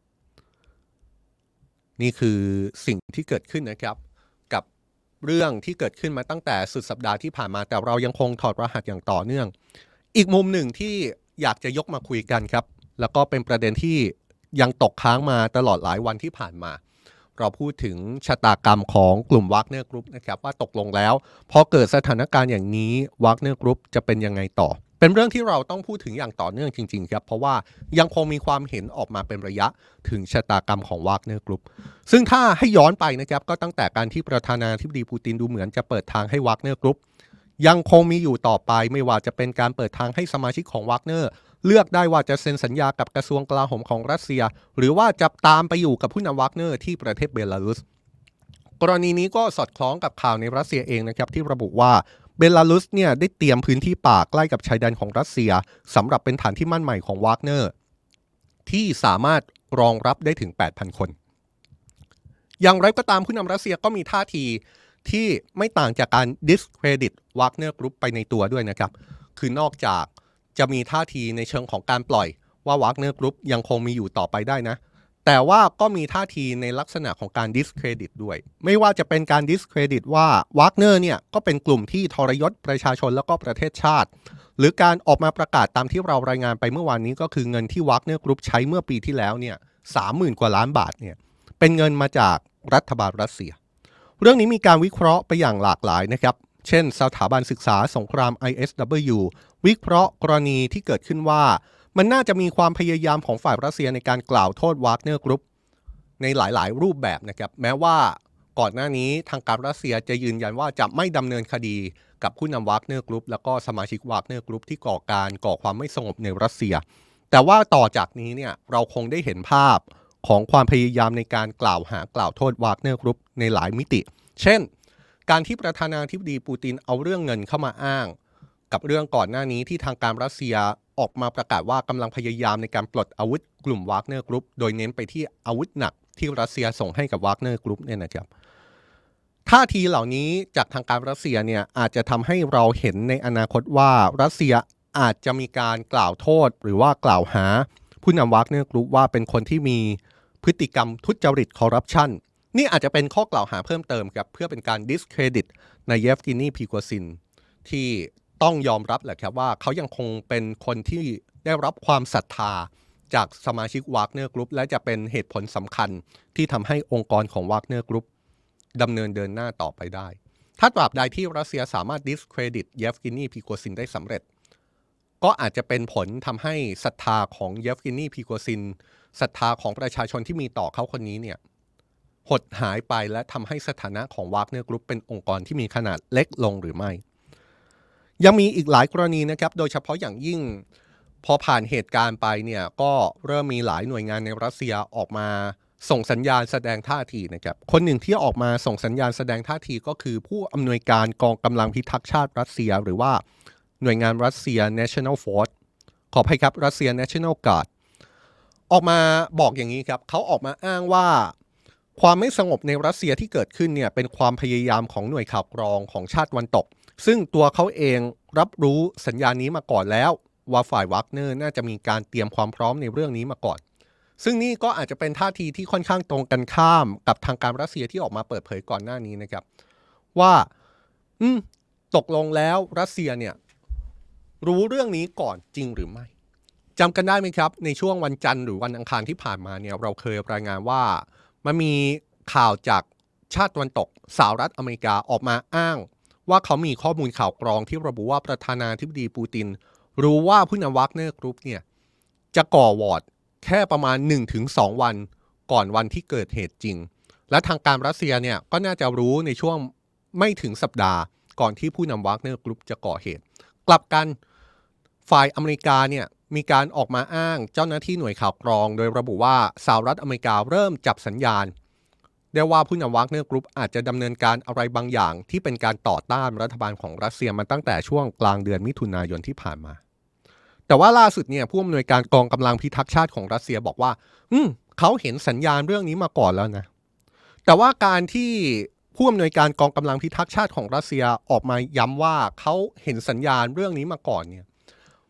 นี่คือสิ่งที่เกิดขึ้นนะครับกับเรื่องที่เกิดขึ้นมาตั้งแต่สุดสัปดาห์ที่ผ่านมาแต่เรายังคงถอดรหัสอย่างต่อเนื่องอีกมุมหนึ่งที่อยากจะยกมาคุยกันครับแล้วก็เป็นประเด็นที่ยังตกค้างมาตลอดหลายวันที่ผ่านมาเราพูดถึงชะตากรรมของกลุ่ม Wagner Group นะครับว่าตกลงแล้วพอเกิดสถานการณ์อย่างนี้ Wagner Group จะเป็นยังไงต่อเป็นเรื่องที่เราต้องพูดถึงอย่างต่อเนื่องจริงๆครับเพราะว่ายังคงมีความเห็นออกมาเป็นระยะถึงชะตากรรมของ Wagner Group ซึ่งถ้าให้ย้อนไปนะครับก็ตั้งแต่การที่ประธานาธิบดีปูตินดูเหมือนจะเปิดทางให้ Wagner Group ยังคงมีอยู่ต่อไปไม่ว่าจะเป็นการเปิดทางให้สมาชิกของ Wagner เลือกได้ว่าจะเซ็นสัญญากับกระทรวงกลาโหมของรัสเซียหรือว่าจะตามไปอยู่กับผู้นำ Wagner ที่ประเทศเบลารุสกรณีนี้ก็สอดคล้องกับข่าวในรัสเซียเองนะครับที่ระบุว่าเบลารุสเนี่ยได้เตรียมพื้นที่ป่าใกล้กับชายแดนของรัสเซียสำหรับเป็นฐานที่มั่นใหม่ของ Wagner ที่สามารถรองรับได้ถึง แปดพัน คนอย่างไรก็ตามผู้นำรัสเซียก็มีท่าทีที่ไม่ต่างจากการ discredit Wagner Group ไปในตัวด้วยนะครับคือนอกจากจะมีท่าทีในเชิงของการปล่อยว่า Wagner Group ยังคงมีอยู่ต่อไปได้นะแต่ว่าก็มีท่าทีในลักษณะของการ discredit ด้วยไม่ว่าจะเป็นการ discredit ว่า Wagner เนี่ยก็เป็นกลุ่มที่ทรยศประชาชนแล้วก็ประเทศชาติหรือการออกมาประกาศตามที่เรารายงานไปเมื่อวานนี้ก็คือเงินที่ Wagner Group ใช้เมื่อปีที่แล้วเนี่ย สามหมื่น กว่าล้านบาทเนี่ยเป็นเงินมาจากรัฐบาลรัสเซียเรื่องนี้มีการวิเคราะห์ไปอย่างหลากหลายนะครับเช่นสถาบันศึกษาสงคราม ไอ เอส ดับเบิลยู วิเคราะห์กรณีที่เกิดขึ้นว่ามันน่าจะมีความพยายามของฝ่ายรัสเซียในการกล่าวโทษ Wagner Group ในหลายๆ รูปแบบนะครับแม้ว่าก่อนหน้านี้ทางการรัสเซียจะยืนยันว่าจะไม่ดำเนินคดีกับผู้นำ Wagner Group แล้วก็สมาชิก Wagner Group ที่ก่อการก่อความไม่สงบในรัสเซียแต่ว่าต่อจากนี้เนี่ยเราคงได้เห็นภาพของความพยายามในการกล่าวหากล่าวโทษ Wagner Group ในหลายมิติเช่นการที่ประธานาธิบดีปูตินเอาเรื่องเงินเข้ามาอ้างกับเรื่องก่อนหน้านี้ที่ทางการรัสเซียออกมาประกาศว่ากำลังพยายามในการปลดอาวุธกลุ่ม Wagner Group โดยเน้นไปที่อาวุธหนักที่รัสเซียส่งให้กับ Wagner Group เนี่ยนะครับท่าทีเหล่านี้จากทางการรัสเซียเนี่ยอาจจะทำให้เราเห็นในอนาคตว่ารัสเซียอาจจะมีการกล่าวโทษหรือว่ากล่าวหาผู้นำ Wagner Group ว่าเป็นคนที่มีพฤติกรรมทุจริตคอร์รัปชันนี่อาจจะเป็นข้อกล่าวหาเพิ่มเติมครับเพื่อเป็นการ discredit ในเยฟกินีพีโกซินที่ต้องยอมรับแหละครับว่าเขายังคงเป็นคนที่ได้รับความศรัทธาจากสมาชิก Wagner Group และจะเป็นเหตุผลสำคัญที่ทำให้องค์กรของ Wagner Group ดำเนินเดินหน้าต่อไปได้ถ้าตราบใดที่รัสเซียสามารถ discredit เยฟกินีพีโกซินได้สำเร็จก็อาจจะเป็นผลทำให้ศรัทธาของเยฟกินีพีโกซินศรัทธาของประชาชนที่มีต่อเขาคนนี้เนี่ยหดหายไปและทำให้สถานะของ Wagner Group เป็นองค์กรที่มีขนาดเล็กลงหรือไม่ยังมีอีกหลายกรณีนะครับโดยเฉพาะอย่างยิ่งพอผ่านเหตุการณ์ไปเนี่ยก็เริ่มมีหลายหน่วยงานในรัสเซียออกมาส่งสัญญาณแสดงท่าทีนะครับคนหนึ่งที่ออกมาส่งสัญญาณแสดงท่าทีก็คือผู้อำนวยการกองกำลังพิทักษ์ชาติรัสเซียหรือว่าหน่วยงานรัสเซีย National Force ขออภัยครับรัสเซีย National Guard ออกมาบอกอย่างนี้ครับเขาออกมาอ้างว่าความไม่สงบในรัสเซียที่เกิดขึ้นเนี่ยเป็นความพยายามของหน่วยข่าวกรองของชาติตะวันตกซึ่งตัวเขาเองรับรู้สัญญาณนี้มาก่อนแล้วว่าฝ่าย Wagner น่าจะมีการเตรียมความพร้อมในเรื่องนี้มาก่อนซึ่งนี่ก็อาจจะเป็นท่าทีที่ค่อนข้างตรงกันข้ามกับทางการรัสเซียที่ออกมาเปิดเผยก่อนหน้านี้นะครับว่าอืมตกลงแล้วรัสเซียเนี่ยรู้เรื่องนี้ก่อนจริงหรือไม่จำกันได้ไหมครับในช่วงวันจันทร์หรือวันอังคารที่ผ่านมาเนี่ยเราเคยรายงานว่ามันมีข่าวจากชาติตะวันตกสหรัฐอเมริกาออกมาอ้างว่าเขามีข้อมูลข่าวกรองที่ระบุว่าประธานาธิบดีปูตินรู้ว่าผู้นำ Wagner Group เนี่ยจะก่อวอร์ดแค่ประมาณ หนึ่งถึงสอง วันก่อนวันที่เกิดเหตุจริงและทางการรัสเซียเนี่ยก็น่าจะรู้ในช่วงไม่ถึงสัปดาห์ก่อนที่ผู้นำ Wagner Group จะก่อเหตุกลับกันฝ่ายอเมริกาเนี่ยมีการออกมาอ้างเจ้าหน้าที่หน่วยข่าวกรองโดยระบุว่าสหรัฐอเมริกาเริ่มจับสัญญาณได้ว่าผู้นำ Wagner Group อาจจะดำเนินการอะไรบางอย่างที่เป็นการต่อต้านรัฐบาลของรัสเซียมาตั้งแต่ช่วงกลางเดือนมิถุนายนที่ผ่านมาแต่ว่าล่าสุดเนี่ยผู้อำนวยการกองกำลังพิทักษ์ชาติของรัสเซียบอกว่าอืมเขาเห็นสัญญาณเรื่องนี้มาก่อนแล้วนะแต่ว่าการที่ผู้อำนวยการกองกำลังพิทักษ์ชาติของรัสเซียออกมาย้ำว่าเขาเห็นสัญญาณเรื่องนี้มาก่อนเนี่ย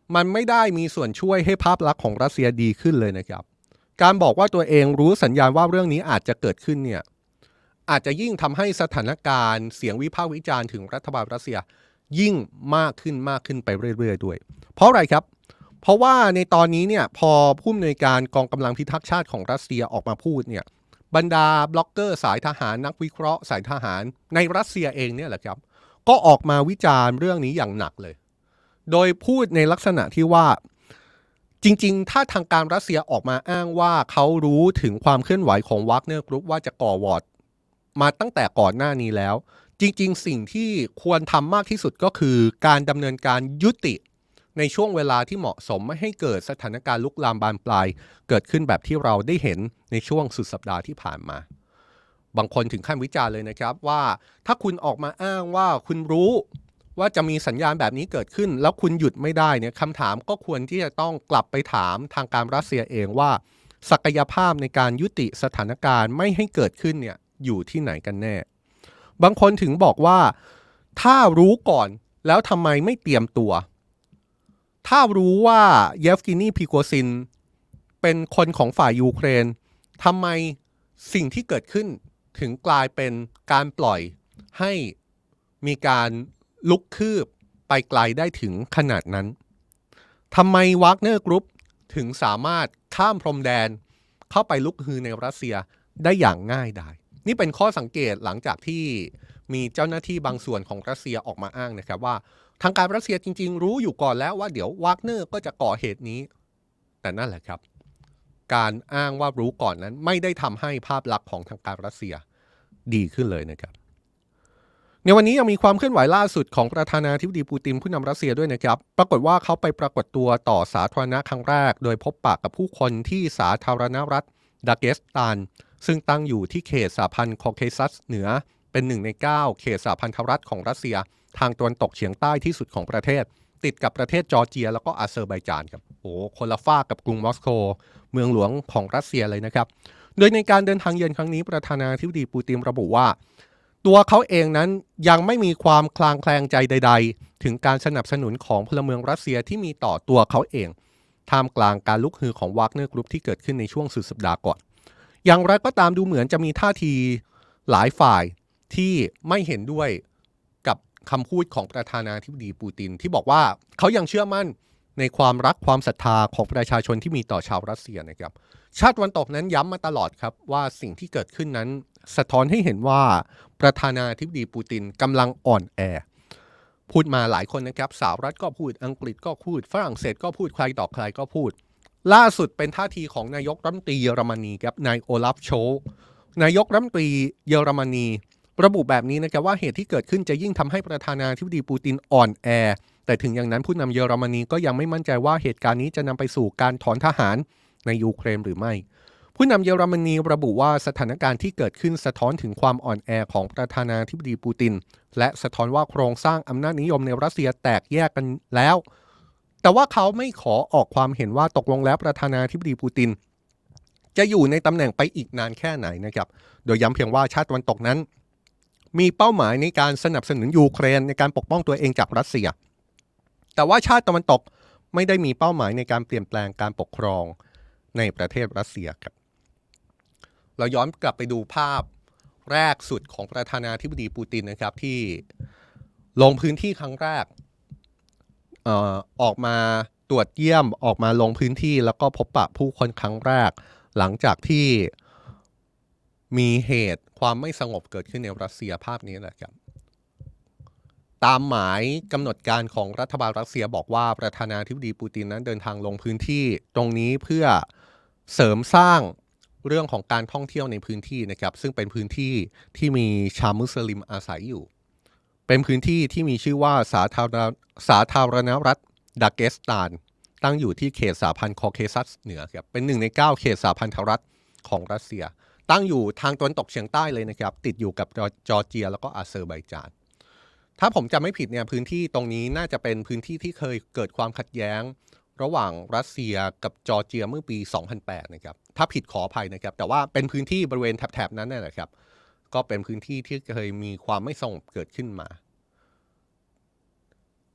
มันไม่ได้มีส่วนช่วยให้ภาพลักษณ์ของรัสเซียดีขึ้นเลยนะครับการบอกว่าตัวเองรู้สัญญาณว่าเรื่องนี้อาจจะเกิดขึ้นเนี่ยอาจจะยิ่งทำให้สถานการณ์เสียงวิพากษ์วิจารณ์ถึงรัฐบาลรัสเซียยิ่งมากขึ้นมากขึ้นไปเรื่อยๆด้วยเพราะอะไรครับเพราะว่าในตอนนี้เนี่ยพอผู้อำนวยการกองกำลังพิทักษ์ชาติของรัสเซียออกมาพูดเนี่ยบรรดาบล็อกเกอร์สายทหารนักวิเคราะห์สายทหารในรัสเซียเองเนี่ยแหละครับก็ออกมาวิจารณ์เรื่องนี้อย่างหนักเลยโดยพูดในลักษณะที่ว่าจริงๆถ้าทางการรัสเซียออกมาอ้างว่าเขารู้ถึงความเคลื่อนไหวของวากเนอร์กรุ๊ปว่าจะก่อวอร์ดมาตั้งแต่ก่อนหน้านี้แล้วจริงๆสิ่งที่ควรทำมากที่สุดก็คือการดำเนินการยุติในช่วงเวลาที่เหมาะสมไม่ให้เกิดสถานการณ์ลุกลามบานปลายเกิดขึ้นแบบที่เราได้เห็นในช่วงสุดสัปดาห์ที่ผ่านมาบางคนถึงขั้นวิจารณ์เลยนะครับว่าถ้าคุณออกมาอ้างว่าคุณรู้ว่าจะมีสัญญาณแบบนี้เกิดขึ้นแล้วคุณหยุดไม่ได้เนี่ยคำถามก็ควรที่จะต้องกลับไปถามทางการรัสเซียเองว่าศักยภาพในการยุติสถานการณ์ไม่ให้เกิดขึ้นเนี่ยอยู่ที่ไหนกันแน่บางคนถึงบอกว่าถ้ารู้ก่อนแล้วทำไมไม่เตรียมตัวถ้ารู้ว่าเยฟกินีพิโกซินเป็นคนของฝ่ายยูเครนทำไมสิ่งที่เกิดขึ้นถึงกลายเป็นการปล่อยให้มีการลุกคืบไปไกลได้ถึงขนาดนั้นทำไมวากเนอร์กรุ๊ปถึงสามารถข้ามพรมแดนเข้าไปลุกฮือในรัสเซียได้อย่างง่ายดายนี่เป็นข้อสังเกตหลังจากที่มีเจ้าหน้าที่บางส่วนของรัสเซียออกมาอ้างนะครับว่าทางการรัสเซียจริงๆรู้อยู่ก่อนแล้วว่าเดี๋ยววากเนอร์ก็จะก่อเหตุนี้แต่นั่นแหละครับการอ้างว่ารู้ก่อนนั้นไม่ได้ทำให้ภาพลักษณ์ของทางการรัสเซียดีขึ้นเลยนะครับในวันนี้ยังมีความเคลื่อนไหวล่าสุดของประธานาธิบดีปูตินผู้นำรัสเซียด้วยนะครับปรากฏว่าเขาไปปรากฏตัวต่อสาธารณะครั้งแรกโดยพบปะกับผู้คนที่สาธารณรัฐดาเกสตานซึ่งตั้งอยู่ที่เขตสหพันธ์คอเคซัสเหนือเป็นหนึ่งในเก้าเขตสหพันธรัฐของรัสเซียทางตะวันตกเฉียงใต้ที่สุดของประเทศติดกับประเทศจอร์เจียแล้วก็อาเซอร์ไบจานครับโอ้คนละฝ้ากับกรุงมอสโกเมืองหลวงของรัสเซียเลยนะครับโดยในการเดินทางเยือนครั้งนี้ประธานาธิบดีปูตินระบุว่าตัวเขาเองนั้นยังไม่มีความคลางแคลงใจใดๆถึงการสนับสนุนของพลเมืองรัสเซียที่มีต่อตัวเขาเองท่ามกลางการลุกฮือของวากเนอร์กรุ๊ปที่เกิดขึ้นในช่วงสุดสัปดาห์ก่อนอย่างไรก็ตามดูเหมือนจะมีท่าทีหลายฝ่ายที่ไม่เห็นด้วยกับคำพูดของประธานาธิบดีปูตินที่บอกว่าเขายังเชื่อมั่นในความรักความศรัทธาของประชาชนที่มีต่อชาวรัสเซียนะครับชาติตะวันตกนั้นย้ำมาตลอดครับว่าสิ่งที่เกิดขึ้นนั้นสะท้อนให้เห็นว่าประธานาธิบดีปูตินกำลังอ่อนแอพูดมาหลายคนนะครับสหรัฐก็พูดอังกฤษก็พูดฝรั่งเศสก็พูดใครต่อใครก็พูดล่าสุดเป็นท่าทีของนายกรัฐมนตรีเยอรมนีครับนายโอลาฟโชลนายกรัฐมนตรีเยอรมนีระบุแบบนี้นะครับว่าเหตุที่เกิดขึ้นจะยิ่งทำให้ประธานาธิบดีปูตินอ่อนแอแต่ถึงอย่างนั้นผู้นำเยอรมนีก็ยังไม่มั่นใจว่าเหตุการณ์นี้จะนำไปสู่การถอนทหารในยูเครนหรือไม่ผู้นำเยอรมนีระบุว่าสถานการณ์ที่เกิดขึ้นสะท้อนถึงความอ่อนแอของประธานาธิบดีปูตินและสะท้อนว่าโครงสร้างอำนาจนิยมในรัสเซียแตกแยกกันแล้วแต่ว่าเขาไม่ขอออกความเห็นว่าตกลงแล้วประธานาธิบดีปูตินจะอยู่ในตำแหน่งไปอีกนานแค่ไหนนะครับโดยย้ำเพียงว่าชาติตะวันตกนั้นมีเป้าหมายในการสนับสนุนยูเครนในการปกป้องตัวเองจากรัสเซียแต่ว่าชาติตะวันตกไม่ได้มีเป้าหมายในการเปลี่ยนแปลงการปกครองในประเทศรัสเซียครับเราย้อนกลับไปดูภาพแรกสุดของประธานาธิบดีปูตินนะครับที่ลงพื้นที่ครั้งแรกเอ่อออกมาตรวจเยี่ยมออกมาลงพื้นที่แล้วก็พบปะผู้คนครั้งแรกหลังจากที่มีเหตุความไม่สงบเกิดขึ้นในรัสเซียภาพนี้แหละครับตามหมายกำหนดการของรัฐบาลรัสเซียบอกว่าประธานาธิบดีปูตินนั้นเดินทางลงพื้นที่ตรงนี้เพื่อเสริมสร้างเรื่องของการท่องเที่ยวในพื้นที่นะครับซึ่งเป็นพื้นที่ที่มีชาวมุสลิมอาศัยอยู่เป็นพื้นที่ที่มีชื่อว่าสาธารณสาธารณรัฐดาเกสตานตั้งอยู่ที่เขตสหพันธ์คอเคซัสเหนือครับเป็นหนึ่งในเก้าเขตสหพันธรัฐของรัสเซียตั้งอยู่ทางตะวันตกเฉียงใต้เลยนะครับติดอยู่กับจอร์เจียแล้วก็อาเซอร์ไบจานถ้าผมจำไม่ผิดเนี่ยพื้นที่ตรงนี้น่าจะเป็นพื้นที่ที่เคยเกิดความขัดแย้งระหว่างรัสเซียกับจอร์เจียเมื่อปี สองพันแปด นะครับถ้าผิดขออภัยนะครับแต่ว่าเป็นพื้นที่บริเวณแถบๆนั้นนั่นแหละครับก็เป็นพื้นที่ที่เคยมีความไม่สงบเกิดขึ้นมา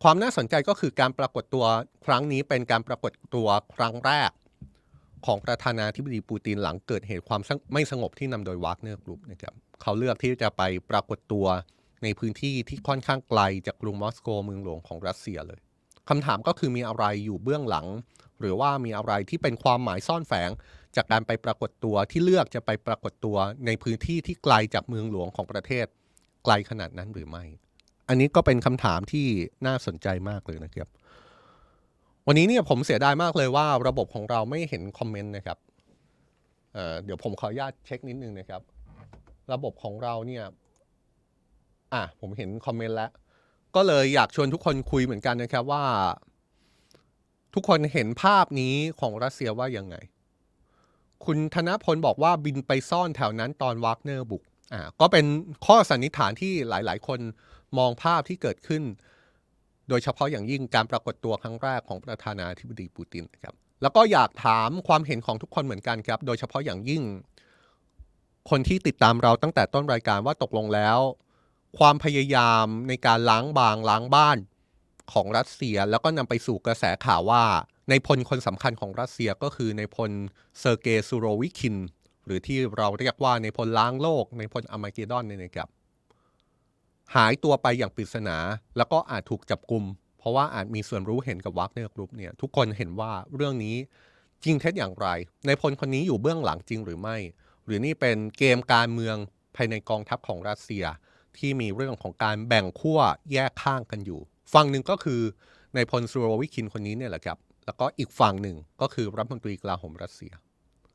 ความน่าสนใจก็คือการปรากฏตัวครั้งนี้เป็นการปรากฏตัวครั้งแรกของประธานาธิบดีปูตินหลังเกิดเหตุความไม่สงบที่นำโดยวากเนอร์กรุ๊ปนะครับเขาเลือกที่จะไปปรากฏตัวในพื้นที่ที่ค่อนข้างไกลจากกรุงมอสโกเมืองหลวงของรัสเซียเลยคำถามก็คือมีอะไรอยู่เบื้องหลังหรือว่ามีอะไรที่เป็นความหมายซ่อนแฝงจากการไปปรากฏตัวที่เลือกจะไปปรากฏตัวในพื้นที่ที่ไกลจากเมืองหลวงของประเทศไกลขนาดนั้นหรือไม่อันนี้ก็เป็นคำถามที่น่าสนใจมากเลยนะครับวันนี้เนี่ยผมเสียดายมากเลยว่าระบบของเราไม่เห็นคอมเมนต์นะครับ เอ่อเดี๋ยวผมขออนุญาตเช็คนิดนึงนะครับระบบของเราเนี่ยอ่ะผมเห็นคอมเมนต์แล้วก็เลยอยากชวนทุกคนคุยเหมือนกันนะครับว่าทุกคนเห็นภาพนี้ของรัสเซียว่ายังไงคุณธนพลบอกว่าบินไปซ่อนแถวนั้นตอนวากเนอร์บุกอ่าก็เป็นข้อสันนิษฐานที่หลายๆคนมองภาพที่เกิดขึ้นโดยเฉพาะอย่างยิ่งการปรากฏตัวครั้งแรกของประธานาธิบดีปูตินนะครับแล้วก็อยากถามความเห็นของทุกคนเหมือนกันครับโดยเฉพาะอย่างยิ่งคนที่ติดตามเราตั้งแต่ต้นรายการว่าตกลงแล้วความพยายามในการล้างบางล้างบ้านของรัสเซียแล้วก็นำไปสู่กระแสข่าวว่าในพลคนสำคัญของรัสเซียก็คือในพลเซอร์เกย์ซูโรวิคินหรือที่เราเรียกว่าในพลล้างโลกในพลอาร์มาเกดอนเนี่ยนะครับหายตัวไปอย่างปริศนาแล้วก็อาจถูกจับกุมเพราะว่าอาจมีส่วนรู้เห็นกับวากเนอร์กรุ๊ปเนี่ยทุกคนเห็นว่าเรื่องนี้จริงเท็จอย่างไรในพลคนนี้อยู่เบื้องหลังจริงหรือไม่หรือนี่เป็นเกมการเมืองภายในกองทัพของรัสเซียที่มีเรื่องของการแบ่งขั้วแยกข้างกันอยู่ฝั่งหนึ่งก็คือในพลซูโรวิคินคนนี้เนี่ยแหละครับแล้วก็อีกฝั่งหนึ่งก็คือรัฐมนตรีกลาโหมรัสเซีย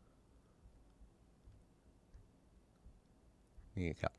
นี่ครับ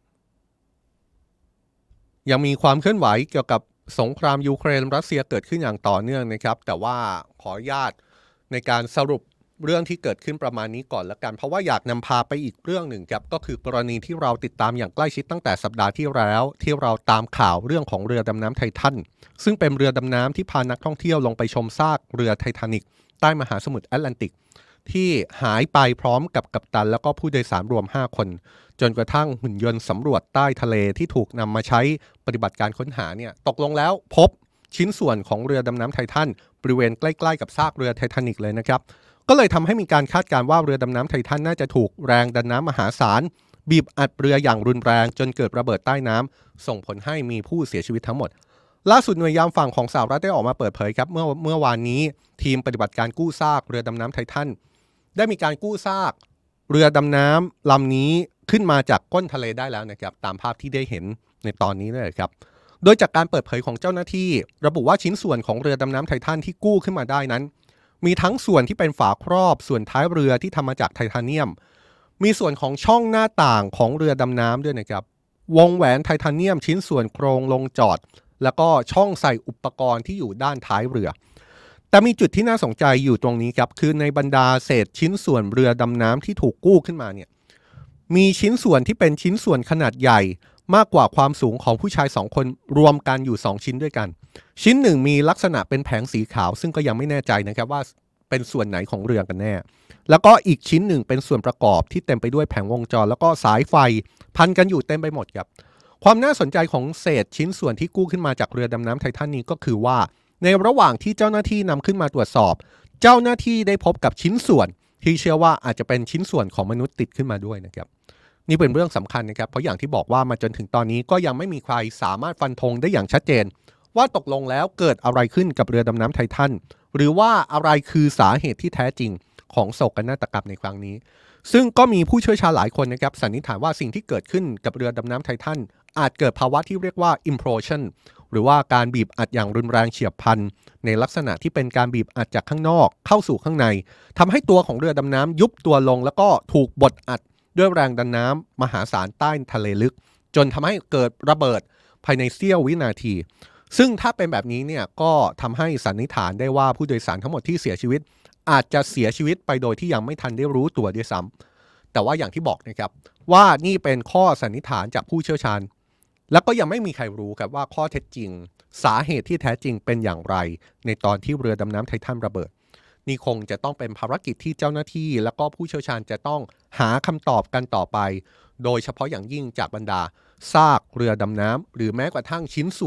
ยังมีความเคลื่อนไหวเกี่ยวกับสงครามยูเครนรัสเซียเกิดขึ้นอย่างต่อเนื่องนะครับแต่ว่าขออนุญาตในการสรุปเรื่องที่เกิดขึ้นประมาณนี้ก่อนละกันเพราะว่าอยากนำพาไปอีกเรื่องหนึ่งครับก็คือกรณีที่เราติดตามอย่างใกล้ชิดตั้งแต่สัปดาห์ที่แล้วที่เราตามข่าวเรื่องของเรือดำน้ำไททันซึ่งเป็นเรือดำน้ำที่พานักท่องเที่ยวลงไปชมซากเรือไททานิกใต้มหาสมุทรแอตแลนติกที่หายไปพร้อมกับกัปตันแล้วก็ผู้โดยสารรวมห้าคนจนกระทั่งหุ่นยนต์สำรวจใต้ทะเลที่ถูกนำมาใช้ปฏิบัติการค้นหาเนี่ยตกลงแล้วพบชิ้นส่วนของเรือดำน้ำไททันบริเวณใกล้ๆกับซากเรือไททานิกเลยนะครับก็เลยทำให้มีการคาดการณ์ว่าเรือดำน้ำไททันน่าจะถูกแรงดันน้ำมหาศาลบีบอัดเรืออย่างรุนแรงจนเกิดระเบิดใต้น้ำส่งผลให้มีผู้เสียชีวิตทั้งหมดล่าสุดหน่วยยามฝั่งของสหรัฐได้ออกมาเปิดเผยครับเมื่อเมื่อวานนี้ทีมปฏิบัติการกู้ซากเรือดำน้ำไททันได้มีการกู้ซากเรือดำน้ำลำนี้ขึ้นมาจากก้นทะเลได้แล้วนะครับตามภาพที่ได้เห็นในตอนนี้เลยครับโดยจากการเปิดเผยของเจ้าหน้าที่ระบุว่าชิ้นส่วนของเรือดำน้ำไททันที่กู้ขึ้นมาได้นั้นมีทั้งส่วนที่เป็นฝาครอบส่วนท้ายเรือที่ทำมาจากไทเทเนียมมีส่วนของช่องหน้าต่างของเรือดำน้ำด้วยนะครับวงแหวนไทเทเนียมชิ้นส่วนโครงลงจอดแล้วก็ช่องใส่อุปกรณ์ที่อยู่ด้านท้ายเรือแต่มีจุดที่น่าสนใจอยู่ตรงนี้ครับคือในบรรดาเศษชิ้นส่วนเรือดำน้ำที่ถูกกู้ขึ้นมาเนี่ยมีชิ้นส่วนที่เป็นชิ้นส่วนขนาดใหญ่มากกว่าความสูงของผู้ชายสองคนรวมกันอยู่สองชิ้นด้วยกันชิ้นหนึ่งมีลักษณะเป็นแผงสีขาวซึ่งก็ยังไม่แน่ใจนะครับว่าเป็นส่วนไหนของเรือกันแน่แล้วก็อีกชิ้นหนึ่งเป็นส่วนประกอบที่เต็มไปด้วยแผงวงจรแล้วก็สายไฟพันกันอยู่เต็มไปหมดครับความน่าสนใจของเศษชิ้นส่วนที่กู้ขึ้นมาจากเรือดำน้ำไททันนี้ก็คือว่าในระหว่างที่เจ้าหน้าที่นำขึ้นมาตรวจสอบเจ้าหน้าที่ได้พบกับชิ้นส่วนที่เชื่อว่าอาจจะเป็นชิ้นส่วนของมนุษย์ติดขึ้นมาด้วยนะครับนี่เป็นเรื่องสำคัญนะครับเพราะอย่างที่บอกว่ามาจนถึงตอนนี้ก็ยังไม่มีใครสามารถฟันธงได้อย่างชัดเจนว่าตกลงแล้วเกิดอะไรขึ้นกับเรือดำน้ำไททันหรือว่าอะไรคือสาเหตุที่แท้จริงของโศกนาฏกรรมในครั้งนี้ซึ่งก็มีผู้เชี่ยวชาญหลายคนนะครับสันนิษฐานว่าสิ่งที่เกิดขึ้นกับเรือดำน้ำไททันอาจเกิดภาวะที่เรียกว่า implosion หรือว่าการบีบอัดอย่างรุนแรงเฉียบพลันในลักษณะที่เป็นการบีบอัดจากข้างนอกเข้าสู่ข้างในทำให้ตัวของเรือดำน้ำยุบตัวลงแล้วก็ถูกบดอัดด้วยแรงดันน้ำมหาศาลใต้ทะเลลึกจนทำให้เกิดระเบิดภายในเสี้ยววินาทีซึ่งถ้าเป็นแบบนี้เนี่ยก็ทำให้สันนิษฐานได้ว่าผู้โดยสารทั้งหมดที่เสียชีวิตอาจจะเสียชีวิตไปโดยที่ยังไม่ทันได้รู้ตัวด้วยซ้ำแต่ว่าอย่างที่บอกนะครับว่านี่เป็นข้อสันนิษฐานจากผู้เชี่ยวชาญแล้วก็ยังไม่มีใครรู้ครับว่าข้อเท็จจริงสาเหตุที่แท้จริงเป็นอย่างไรในตอนที่เรือดำน้ำไททันระเบิดนี่คงจะต้องเป็นภารกิจที่เจ้าหน้าที่และก็ผู้เชี่ยวชาญจะต้องหาคำตอบกันต่อไปโดยเฉพาะอย่างยิ่งจากบรรดาซากเรือดำน้ำหรือแม้กระทั่งชิ้นส่วน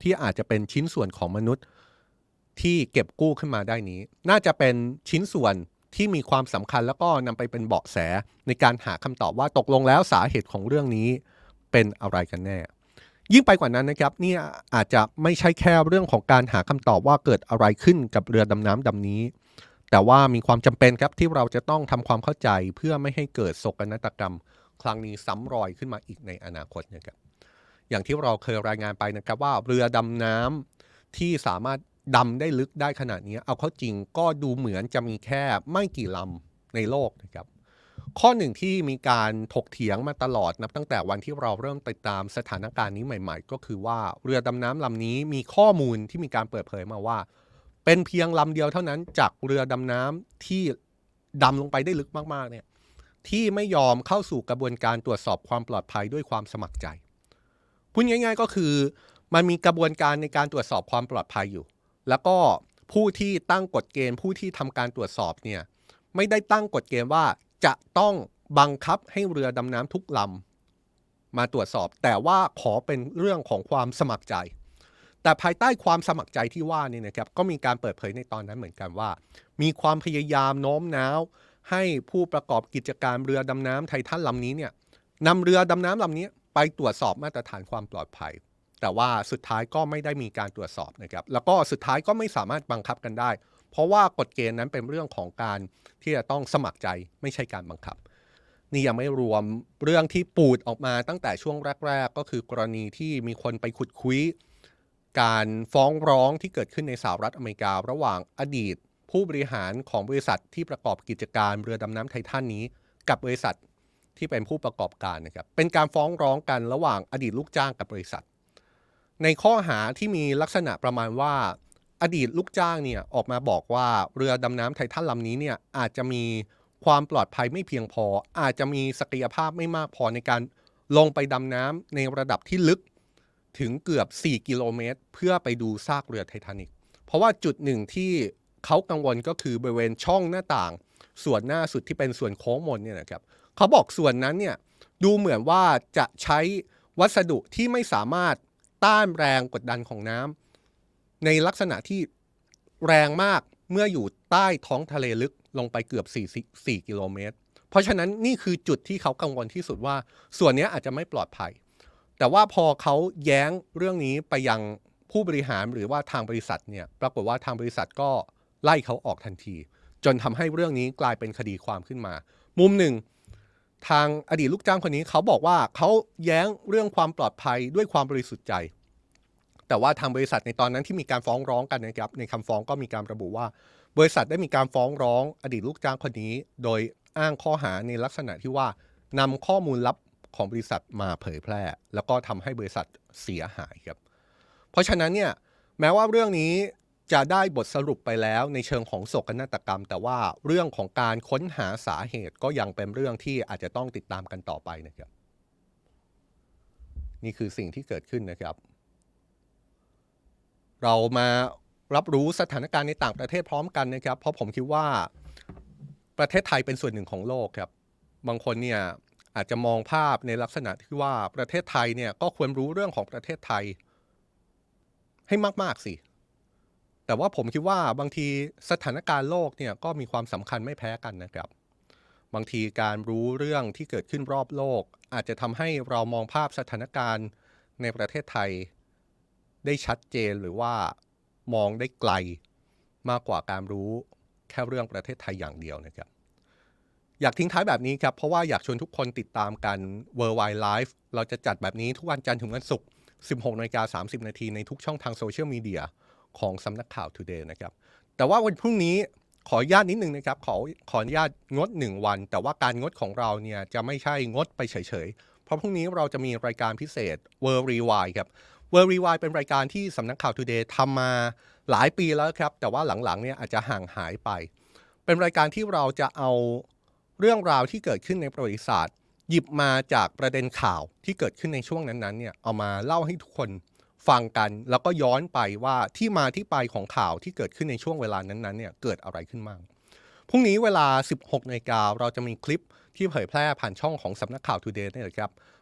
ที่อาจจะเป็นชิ้นส่วนของมนุษย์ที่เก็บกู้ขึ้นมาได้นี้น่าจะเป็นชิ้นส่วนที่มีความสำคัญแล้วก็นำไปเป็นเบาะแสในการหาคำตอบว่าตกลงแล้วสาเหตุของเรื่องนี้เป็นอะไรกันแน่ยิ่งไปกว่านั้นนะครับนี่อาจจะไม่ใช่แค่เรื่องของการหาคำตอบว่าเกิดอะไรขึ้นกับเรือดำน้ำลำนี้แต่ว่ามีความจำเป็นครับที่เราจะต้องทำความเข้าใจเพื่อไม่ให้เกิดโศกนาฏกรรมครั้งนี้ซ้ำรอยขึ้นมาอีกในอนาคตนะครับอย่างที่เราเคยรายงานไปนะครับว่าเรือดำน้ำที่สามารถดำได้ลึกได้ขนาดนี้เอาเข้าจริงก็ดูเหมือนจะมีแค่ไม่กี่ลำในโลกนะครับข้อหนึ่งที่มีการถกเถียงมาตลอดนับตั้งแต่วันที่เราเริ่มติดตามสถานการณ์นี้ใหม่ๆก็คือว่าเรือดำน้ำลำนี้มีข้อมูลที่มีการเปิดเผยมาว่าเป็นเพียงลำเดียวเท่านั้นจากเรือดำน้ำที่ดำลงไปได้ลึกมากๆเนี่ยที่ไม่ยอมเข้าสู่กระบวนการตรวจสอบความปลอดภัยด้วยความสมัครใจพูดง่ายๆก็คือมันมีกระบวนการในการตรวจสอบความปลอดภัยอยู่แล้วก็ผู้ที่ตั้งกฎเกณฑ์ผู้ที่ทำการตรวจสอบเนี่ยไม่ได้ตั้งกฎเกณฑ์ว่าจะต้องบังคับให้เรือดำน้ำทุกลำมาตรวจสอบแต่ว่าขอเป็นเรื่องของความสมัครใจแต่ภายใต้ความสมัครใจที่ว่านี่นะครับก็มีการเปิดเผยในตอนนั้นเหมือนกันว่ามีความพยายามโน้มน้าวให้ผู้ประกอบกิจการเรือดำน้ำไททันลำนี้เนี่ยนำเรือดำน้ำลำนี้ไปตรวจสอบมาตรฐานความปลอดภัยแต่ว่าสุดท้ายก็ไม่ได้มีการตรวจสอบนะครับแล้วก็สุดท้ายก็ไม่สามารถบังคับกันได้เพราะว่ากฎเกณฑ์นั้นเป็นเรื่องของการที่จะต้องสมัครใจไม่ใช่การบังคับนี่ยังไม่รวมเรื่องที่ปูดออกมาตั้งแต่ช่วงแรกๆก็คือกรณีที่มีคนไปขุดคุยการฟ้องร้องที่เกิดขึ้นในสหรัฐอเมริการะหว่างอดีตผู้บริหารของบริษัทที่ประกอบกิจการเรือดำน้ำไททันนี้กับบริษัทที่เป็นผู้ประกอบการนะครับเป็นการฟ้องร้องกันระหว่างอดีตลูกจ้างกับบริษัทในข้อหาที่มีลักษณะประมาณว่าอดีตลูกจ้างเนี่ยออกมาบอกว่าเรือดำน้ำไททันลำนี้เนี่ยอาจจะมีความปลอดภัยไม่เพียงพออาจจะมีศักยภาพไม่มากพอในการลงไปดำน้ำในระดับที่ลึกถึงเกือบสี่กิโลเมตรเพื่อไปดูซากเรือไททานิคเพราะว่าจุดหนึ่งที่เขากังวลก็คือบริเวณช่องหน้าต่างส่วนหน้าสุดที่เป็นส่วนโค้งมนเนี่ยนะครับเขาบอกส่วนนั้นเนี่ยดูเหมือนว่าจะใช้วัสดุที่ไม่สามารถต้านแรงกดดันของน้ำในลักษณะที่แรงมากเมื่ออยู่ใต้ท้องทะเลลึกลงไปเกือบสี่กิโลเมตรเพราะฉะนั้นนี่คือจุดที่เขากังวลที่สุดว่าส่วนนี้อาจจะไม่ปลอดภัยแต่ว่าพอเขาแย้งเรื่องนี้ไปยังผู้บริหารหรือว่าทางบริษัทเนี่ยปรากฏว่าทางบริษัทก็ไล่เขาออกทันทีจนทำให้เรื่องนี้กลายเป็นคดีความขึ้นมามุมหนึ่งทางอดีตลูกจ้างคนนี้เขาบอกว่าเขาแย้งเรื่องความปลอดภัยด้วยความบริสุทธิ์ใจแต่ว่าทางบริษัทในตอนนั้นที่มีการฟ้องร้องกันนะครับในคำฟ้องก็มีการระบุว่าบริษัทได้มีการฟ้องร้องอดีตลูกจ้างคนนี้โดยอ้างข้อหาในลักษณะที่ว่านำข้อมูลลับของบริษัทมาเผยแพร่แล้วก็ทำให้บริษัทเสียหายครับเพราะฉะนั้นเนี่ยแม้ว่าเรื่องนี้จะได้บทสรุปไปแล้วในเชิงของโศกนาฏกรรมแต่ว่าเรื่องของการค้นหาสาเหตุก็ยังเป็นเรื่องที่อาจจะต้องติดตามกันต่อไปนะครับนี่คือสิ่งที่เกิดขึ้นนะครับเรามารับรู้สถานการณ์ในต่างประเทศพร้อมกันนะครับเพราะผมคิดว่าประเทศไทยเป็นส่วนหนึ่งของโลกครับบางคนเนี่ยอาจจะมองภาพในลักษณะที่ว่าประเทศไทยเนี่ยก็ควรรู้เรื่องของประเทศไทยให้มากๆสิแต่ว่าผมคิดว่าบางทีสถานการณ์โลกเนี่ยก็มีความสำคัญไม่แพ้กันนะครับบางทีการรู้เรื่องที่เกิดขึ้นรอบโลกอาจจะทำให้เรามองภาพสถานการณ์ในประเทศไทยได้ชัดเจนหรือว่ามองได้ไกลมากกว่าการรู้แค่เรื่องประเทศไทยอย่างเดียวนะครับอยากทิ้งท้ายแบบนี้ครับเพราะว่าอยากชวนทุกคนติดตามกัน Worldwide Live เราจะจัดแบบนี้ทุกวันจันทร์ถึงวันศุกร์ สิบหกนาฬิกาสามสิบนาทีในทุกช่องทางโซเชียลมีเดียของสำนักข่าว Today นะครับแต่ว่าวันพรุ่งนี้ขออนุญาตนิดนึงนะครับขอขออนุญาตงดหนึ่งวันแต่ว่าการงดของเราเนี่ยจะไม่ใช่งดไปเฉยๆเพราะพรุ่งนี้เราจะมีรายการพิเศษ World Rewind ครับ World Rewind เป็นรายการที่สำนักข่าว Today ทำมาหลายปีแล้วครับแต่ว่าหลังๆเนี่ยอาจจะห่างหายไปเป็นรายการที่เราจะเอาเรื่องราวที่เกิดขึ้นในประวัติศาสตร์หยิบมาจากประเด็นข่าวที่เกิดขึ้นในช่วงนั้นๆเนี่ยเอามาเล่าให้ทุกคนฟังกันแล้วก็ย้อนไปว่าที่มาที่ไปของข่าวที่เกิดขึ้นในช่วงเวลานั้นๆเนี่ยเกิดอะไรขึ้นบ้างพรุ่งนี้เวลา สิบหกนาฬิกาเราจะมีคลิปที่เผยแพร่ผ่านช่องของสำนักข่าว Today นี่แหละครับ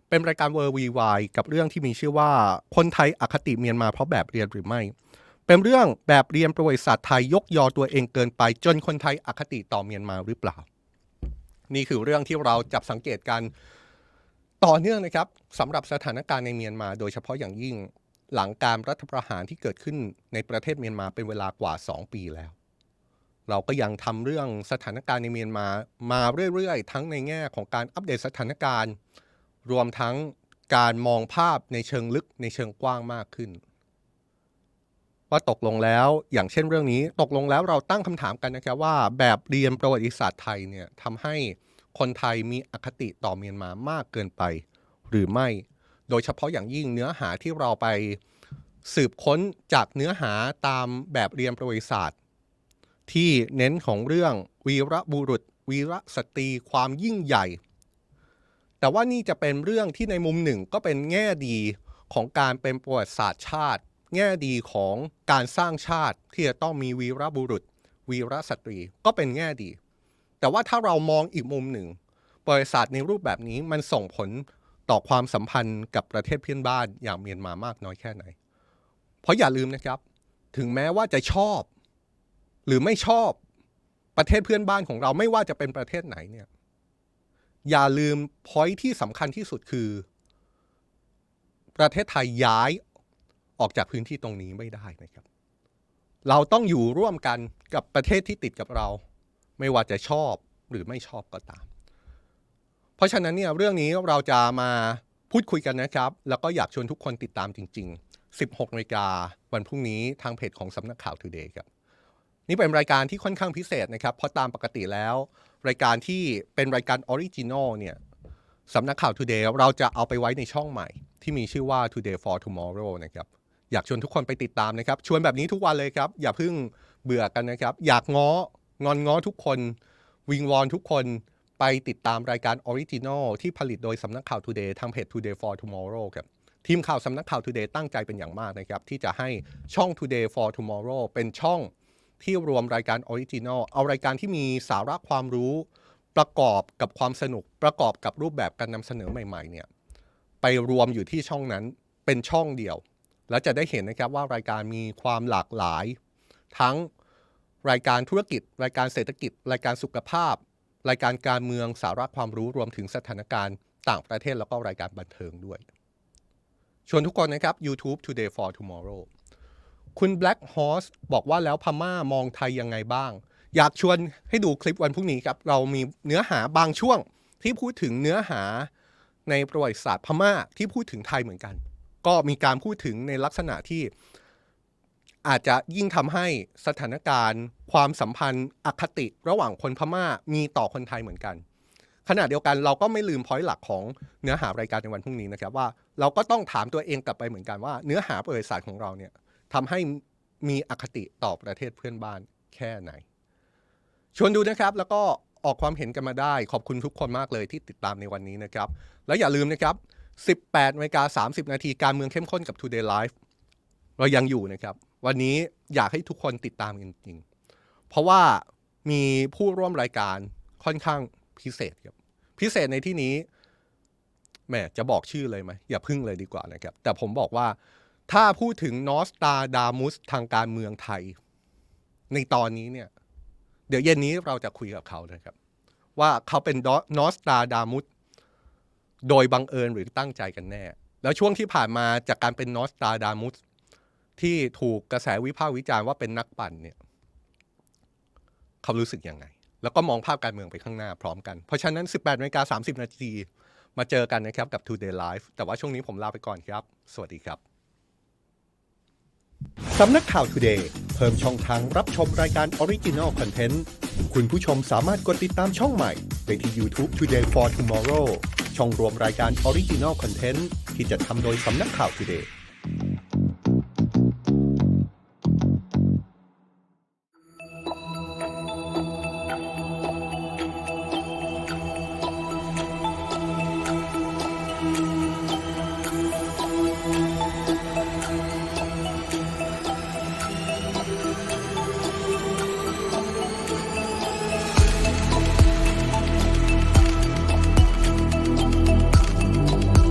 เป็นรายการ World Worldwide กับเรื่องที่มีชื่อว่าคนไทยอคติเมียนมาเพราะแบบเรียนหรือไม่เป็นเรื่องแบบเรียนประวัติศาสตร์ไทยยกยอตัวเองเกินไปจนคนไทยอคติต่อเมียนมาหรือเปล่านี่คือเรื่องที่เราจับสังเกตกันต่อเนื่องนะครับสำหรับสถานการณ์ในเมียนมาโดยเฉพาะอย่างยิ่งหลังการรัฐประหารที่เกิดขึ้นในประเทศเมียนมาเป็นเวลากว่าสองปีแล้วเราก็ยังทำเรื่องสถานการณ์ในเมียนมามาเรื่อยๆทั้งในแง่ของการอัปเดตสถานการณ์รวมทั้งการมองภาพในเชิงลึกในเชิงกว้างมากขึ้นว่าตกลงแล้วอย่างเช่นเรื่องนี้ตกลงแล้วเราตั้งคำถามกันนะครับว่าแบบเรียนประวัติศาสตร์ไทยเนี่ยทำให้คนไทยมีอคติต่อเมียนมามากเกินไปหรือไม่โดยเฉพาะอย่างยิ่งเนื้อหาที่เราไปสืบค้นจากเนื้อหาตามแบบเรียนประวัติศาสตร์ที่เน้นของเรื่องวีรบุรุษวีรสตรีความยิ่งใหญ่แต่ว่านี่จะเป็นเรื่องที่ในมุมหนึ่งก็เป็นแง่ดีของการเป็นประวัติศาสตร์ชาติแง่ดีของการสร้างชาติที่จะต้องมีวีรบุรุษวีรสตรีก็เป็นแง่ดีแต่ว่าถ้าเรามองอีกมุมหนึ่งประวัติศาสตร์ในรูปแบบนี้มันส่งผลต่อความสัมพันธ์กับประเทศเพื่อนบ้านอย่างเมียนมามากน้อยแค่ไหนเพราะอย่าลืมนะครับถึงแม้ว่าจะชอบหรือไม่ชอบประเทศเพื่อนบ้านของเราไม่ว่าจะเป็นประเทศไหนเนี่ยอย่าลืม point ที่สำคัญที่สุดคือประเทศไทยย้ายออกจากพื้นที่ตรงนี้ไม่ได้นะครับเราต้องอยู่ร่วมกันกับประเทศที่ติดกับเราไม่ว่าจะชอบหรือไม่ชอบก็ตามเพราะฉะนั้นเนี่ยเรื่องนี้เราจะมาพูดคุยกันนะครับแล้วก็อยากชวนทุกคนติดตามจริงๆ สิบหกนาฬิกาวันพรุ่งนี้ทางเพจของสำนักข่าว Today ครับนี่เป็นรายการที่ค่อนข้างพิเศษนะครับเพราะตามปกติแล้วรายการที่เป็นรายการออริจินอลเนี่ยสำนักข่าว Today เราจะเอาไปไว้ในช่องใหม่ที่มีชื่อว่า Today for Tomorrow นะครับอยากชวนทุกคนไปติดตามนะครับชวนแบบนี้ทุกวันเลยครับอย่าเพิ่งเบื่อกันนะครับอยากง้องอนง้อทุกคนวิงวอนทุกคนไปติดตามรายการออริจินอลที่ผลิตโดยสำนักข่าว Today ทางเพจ Today for Tomorrow ครับทีมข่าวสำนักข่าว Today ตั้งใจเป็นอย่างมากนะครับที่จะให้ช่อง Today for Tomorrow เป็นช่องที่รวมรายการออริจินอลเอารายการที่มีสาระความรู้ประกอบกับความสนุกประกอบกับรูปแบบการนำเสนอใหม่ๆเนี่ยไปรวมอยู่ที่ช่องนั้นเป็นช่องเดียวแล้วจะได้เห็นนะครับว่ารายการมีความหลากหลายทั้งรายการธุรกิจรายการเศรษฐกิจรายการสุขภาพรายการการเมืองสาระความรู้รวมถึงสถานการณ์ต่างประเทศแล้วก็รายการบันเทิงด้วยชวนทุกคนนะครับ YouTube Today for Tomorrow คุณ Black Horse บอกว่าแล้วพม่ามองไทยยังไงบ้างอยากชวนให้ดูคลิปวันพรุ่งนี้ครับเรามีเนื้อหาบางช่วงที่พูดถึงเนื้อหาในประวัติศาสตร์พม่าที่พูดถึงไทยเหมือนกันก็มีการพูดถึงในลักษณะที่อาจจะยิ่งทำให้สถานการณ์ความสัมพันธ์อคติระหว่างคนพม่ามีต่อคนไทยเหมือนกันขณะเดียวกันเราก็ไม่ลืม point หลักของเนื้อหารายการในวันพรุ่งนี้นะครับว่าเราก็ต้องถามตัวเองกลับไปเหมือนกันว่าเนื้อหาประวัติศาสตร์ของเราเนี่ยทำให้มีอคติต่อประเทศเพื่อนบ้านแค่ไหนชวนดูนะครับแล้วก็ออกความเห็นกันมาได้ขอบคุณทุกคนมากเลยที่ติดตามในวันนี้นะครับแล้วอย่าลืมนะครับ สิบแปดนาฬิกาสามสิบนาทีการเมืองเข้มข้นกับ Today Live เรายังอยู่นะครับวันนี้อยากให้ทุกคนติดตามจริงๆเพราะว่ามีผู้ร่วมรายการค่อนข้างพิเศษครับพิเศษในที่นี้แหมจะบอกชื่อเลยไหมอย่าพึ่งเลยดีกว่านะครับแต่ผมบอกว่าถ้าพูดถึงนอสตาดามุสทางการเมืองไทยในตอนนี้เนี่ยเดี๋ยวเย็นนี้เราจะคุยกับเขานะครับว่าเขาเป็นนอสตาดามุสโดยบังเอิญหรือตั้งใจกันแน่แล้วช่วงที่ผ่านมาจากการเป็นนอสตาดามุสที่ถูกกระแสวิพากษ์วิจารณ์ว่าเป็นนักปั่นเนี่ยเขารู้สึกยังไงแล้วก็มองภาพการเมืองไปข้างหน้าพร้อมกันเพราะฉะนั้น สิบแปดนาฬิกาสามสิบนาทีมาเจอกันนะครับกับ Today Live แต่ว่าช่วงนี้ผมลาไปก่อนครับสวัสดีครับสำนักข่าว Today เพิ่มช่องทางรับชมรายการ Original Content คุณผู้ชมสามารถกดติดตามช่องใหม่ได้ที่ YouTube Today for Tomorrow ช่องรวมรายการ Original Content ที่จะทำโดยสำนักข่าว Today